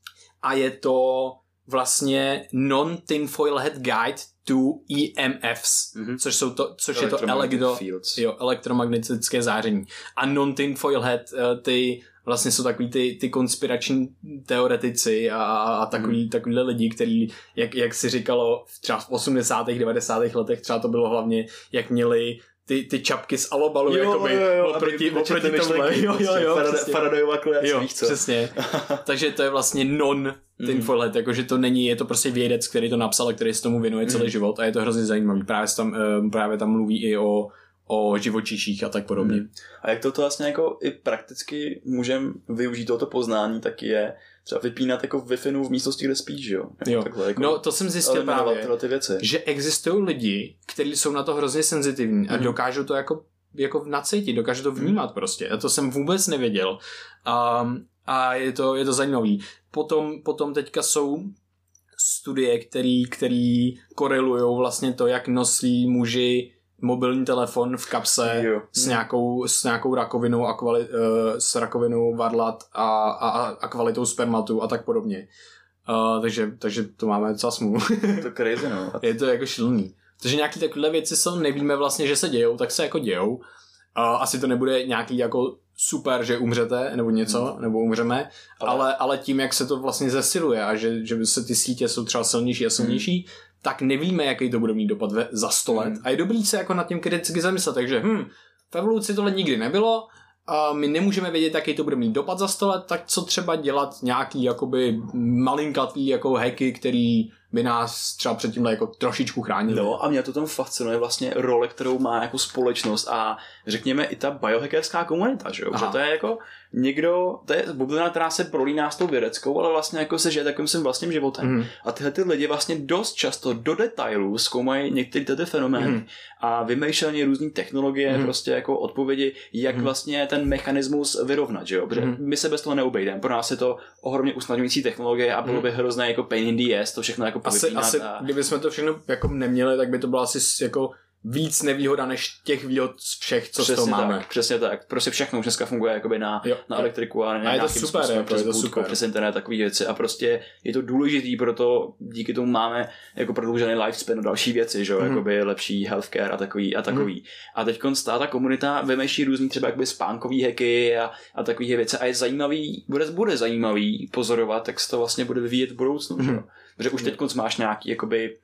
a je to vlastně Non-Tinfoil Hat Guide to E M Fs, mm-hmm. což, jsou to, což je to elektro, jo, elektromagnetické záření. A Non-Tinfoil Hat, ty vlastně jsou takový ty, ty konspirační teoretici a, a takový, mm. takovýhle lidi, který, jak, jak si říkalo, třeba v osmdesátých devadesátých letech třeba to bylo hlavně, jak měli ty, ty čapky z alobalu, jo, jakoby, jo, jo, oproti, oproti tomhle. Jo, jo, jo, Faradayova klec, jo, víš co? Přesně. Takže to je vlastně non tinfoil hat, jakože to není, je to prostě vědec, který to napsal a který se tomu věnuje celý mm. život a je to hrozně zajímavý. Právě tam, právě tam mluví i o o živočiších a tak podobně. Hmm. A jak to, to vlastně jako i prakticky můžeme využít tohoto poznání, tak je třeba vypínat jako Wi-Fi v místnosti, kde spíš, jo? jo. Takhle, jako no to jsem zjistil právě, ty věci. Že existují lidi, kteří jsou na to hrozně senzitivní a hmm. dokážou to jako, jako nacítit, dokážou to vnímat hmm. prostě. A to jsem vůbec nevěděl. Um, a je to, je to zajímavý. Potom, potom teďka jsou studie, který, který korelujou vlastně to, jak nosí muži mobilní telefon v kapse jo. s nějakou, s nějakou rakovinou a kvali, uh, s rakovinou varlat a, a, a kvalitou spermatu a tak podobně. Uh, takže, takže to máme docela smůlu. To crazy, no. Je to jako šilný. Takže nějaký takové věci jsou, nevíme vlastně, že se dějou, tak se jako dějou. Uh, asi to nebude nějaký jako super, že umřete nebo něco, hmm. nebo umřeme, ale... Ale, ale tím, jak se to vlastně zesiluje a že, že se ty sítě jsou třeba silnější a silnější, hmm. tak nevíme, jaký to bude mít dopad ve, za sto let. Hmm. A je dobrý se jako nad tím kriticky zamyslet. Takže hm, v evoluci tohle nikdy nebylo, a my nemůžeme vědět, jaký to bude mít dopad za sto let, tak co třeba dělat nějaký jakoby malinkatý jako hacky, který by nás třeba před tímhle jako trošičku chránili. No a mě to tam fascinuje vlastně role, kterou má jako společnost a řekněme i ta biohackerská komunita, že jo? Že to je jako někdo, to je bublina, která se prolíná s tou vědeckou, ale vlastně jako se žije takovým svým vlastním životem. Mm. A tyhle ty lidi vlastně dost často do detailů zkoumají některé ty fenomény mm. a vymýšlení různý technologie, mm. prostě jako odpovědi, jak mm. vlastně ten mechanismus vyrovnat, že jo? Protože mm. my se bez toho neobejdeme. Pro nás je to ohromně usnadňující technologie a bylo by hrozné jako pain in the ass, to všechno jako asi, asi a... kdyby jsme to všechno jako neměli, tak by to bylo asi jako víc nevýhoda než těch výhod všech, co přesně z toho máme. Tak, přesně tak. Prostě všechno už dneska funguje jakoby na, na elektriku a, a je to super, způsobem, je přes to budku, super. přes internet, takový věci a prostě je to důležitý, proto díky tomu máme jako prodloužený lifespan a další věci, že jo, mm. jakoby lepší healthcare a takový a takový. Mm. A teďkon stá ta komunita vymýšlí různý třeba jakoby spánkový hacky a, a takový věci a je zajímavý, bude, bude zajímavý pozorovat, jak se to vlastně bude vyvíjet v budoucnu, mm. že jo. Protože už teďkon máš nějaký jakoby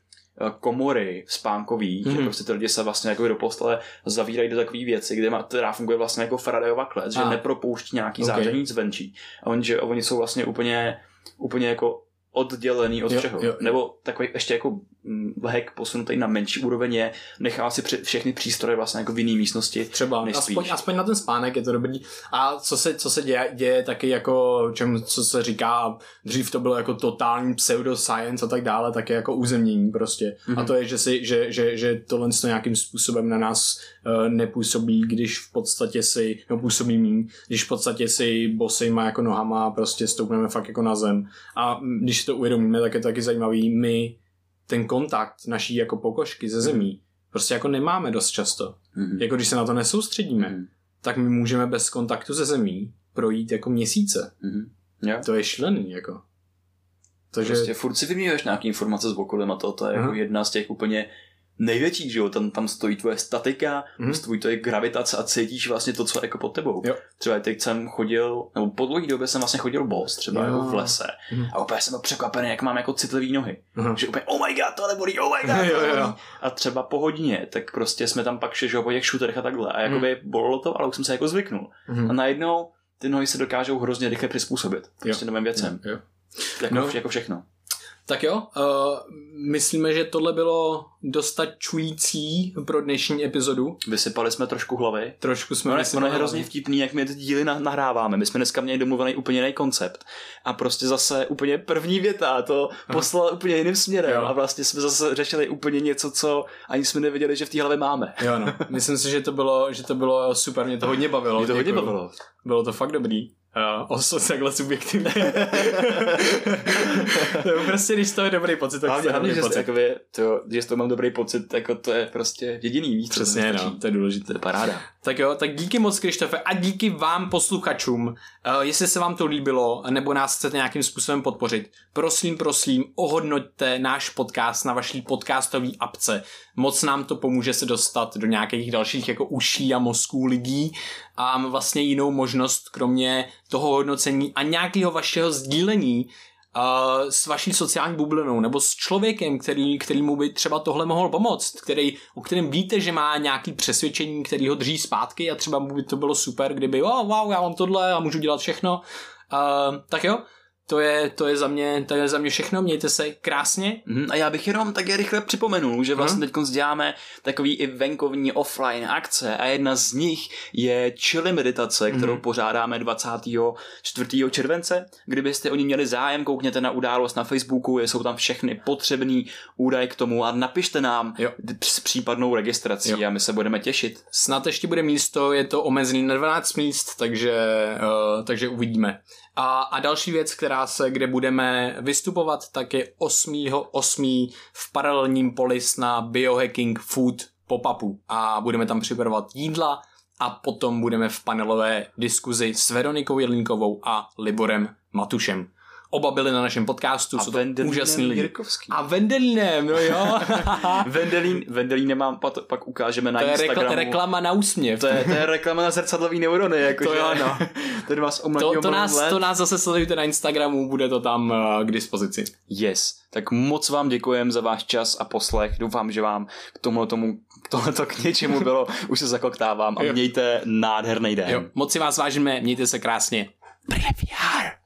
komory spánkový, mm-hmm. že prostě ty lidi se vlastně jako do postele zavírají do takové věci, kde má, která funguje vlastně jako Faradayova klec, že nepropouští nějaký okay. záření zvenčí. A oni, že oni jsou vlastně úplně, úplně jako oddělený od jo, všeho. Jo. Nebo takový ještě jako hack posunutý na menší úroveň je, nechá si všechny přístroje vlastně jako v jiné místnosti. Třeba, aspoň, aspoň na ten spánek je to dobrý. A co se, co se děje, děje taky jako, čem, co se říká, dřív to bylo jako totální pseudoscience a tak dále, tak je jako uzemnění prostě. Mm-hmm. A to je, že, si, že, že, že tohle to nějakým způsobem na nás uh, nepůsobí, když v podstatě si, no působí míň, když v podstatě si bosejma jako nohama prostě stoupneme fakt jako na zem. A když to uvědomíme, tak je to taky zajímavý, my ten kontakt naší jako pokožky ze zemí mm. prostě jako nemáme dost často. Mm. Jako když se na to nesoustředíme, mm. tak my můžeme bez kontaktu ze zemí projít jako měsíce. Mm. Yeah. To je šílený, jako. Takže... Prostě furt si vyměňuješ nějaký informace s okolím a to, to je jako jedna z těch úplně největší, že jo, tam, tam stojí tvoje statika, mm. stojí tvoje gravitace a cítíš vlastně to, co je jako pod tebou. Jo. Třeba teď jsem chodil, nebo po dlouhé době jsem vlastně chodil bos, třeba jako v lese mm. a úplně jsem byl překvapený, jak mám jako citlivý nohy. Mm. Že úplně, oh my god, tohle bolí, oh my god, jo, jo, jo. A třeba po hodině, tak prostě jsme tam pak šli, že jo, po těch šuterech a takhle a jakoby mm. bolelo to, ale už jsem se jako zvyknul. Mm. A najednou ty nohy se dokážou hrozně rychle přizpůsobit prostě novým věcem. Jo, jo. Jako, no. jako všechno. Tak jo, uh, myslíme, že tohle bylo dostačující pro dnešní epizodu. Vysypali jsme trošku hlavy. Trošku jsme no, vysypali. Ono je hrozně vtipný, jak my ty díly nahráváme. My jsme dneska měli domluvený úplně jiný koncept. A prostě zase úplně první věta to poslala úplně jiným směrem. Jo. A vlastně jsme zase řešili úplně něco, co ani jsme nevěděli, že v té hlavě máme. Jo, no. Myslím si, že to bylo, že to bylo super, mě to hodně bavilo. Mě to hodně bavilo. Bylo to fakt dobrý. Uh, oso takhle subjektivně. To je prostě, když to je dobrý pocit, tak hlavně, to je dobrý že pocit. Jakoby, to, že z toho mám dobrý pocit, jako to je prostě jediný víc. Přesně, no, to je důležité. Paráda. Tak jo, tak díky moc, Krištofe, a díky vám, posluchačům. Uh, jestli se vám to líbilo, nebo nás chcete nějakým způsobem podpořit, prosím, prosím, ohodnoťte náš podcast na vaší podcastové apce. Moc nám to pomůže se dostat do nějakých dalších jako uší a mozků lidí a vlastně jinou možnost, kromě toho hodnocení a nějakého vašeho sdílení uh, s vaší sociální bublinou nebo s člověkem, který, kterýmu by třeba tohle mohl pomoct, který, o kterém víte, že má nějaký přesvědčení, který ho drží zpátky a třeba by to bylo super, kdyby oh, wow, já mám tohle a můžu dělat všechno. Uh, tak jo, To je, to, je za mě, to je za mě všechno, mějte se krásně. Mm, a já bych jenom tak rychle připomenul, že vlastně mm. teď děláme takový i venkovní offline akce a jedna z nich je chili meditace, kterou mm. pořádáme dvacátého čtvrtého července. Kdybyste o ní měli zájem, koukněte na událost na Facebooku, jsou tam všechny potřebný údaje k tomu a napište nám jo. s případnou registrací jo. a my se budeme těšit. Snad ještě bude místo, je to omezený na dvanáct míst, takže, uh, takže uvidíme. A, a další věc, která se, kde budeme vystupovat, tak je osmého osmého v paralelním polis na Biohacking Food pop-upu a budeme tam připravovat jídla a potom budeme v panelové diskuzi s Veronikou Jelínkovou a Liborem Matušem. Oba byli na našem podcastu, jsou to úžasný lidi. Jirkovský. A Vendelínem, no jo. Vendelín, Vendelín mám, pak ukážeme na to Instagramu. To je reklama na úsměv. To je, to je reklama na zrcadlový neurony. Jako to že, jo, no. Ten vás to, to, nás, to nás zase sledujte na Instagramu, bude to tam uh, k dispozici. Yes. Tak moc vám děkujem za váš čas a poslech. Doufám, že vám k tomuhle tomu, k tomuhle k něčemu bylo. Už se zakoktávám a mějte nádherný den. Jo. Moc si vás vážíme, mějte se krásně. Previa.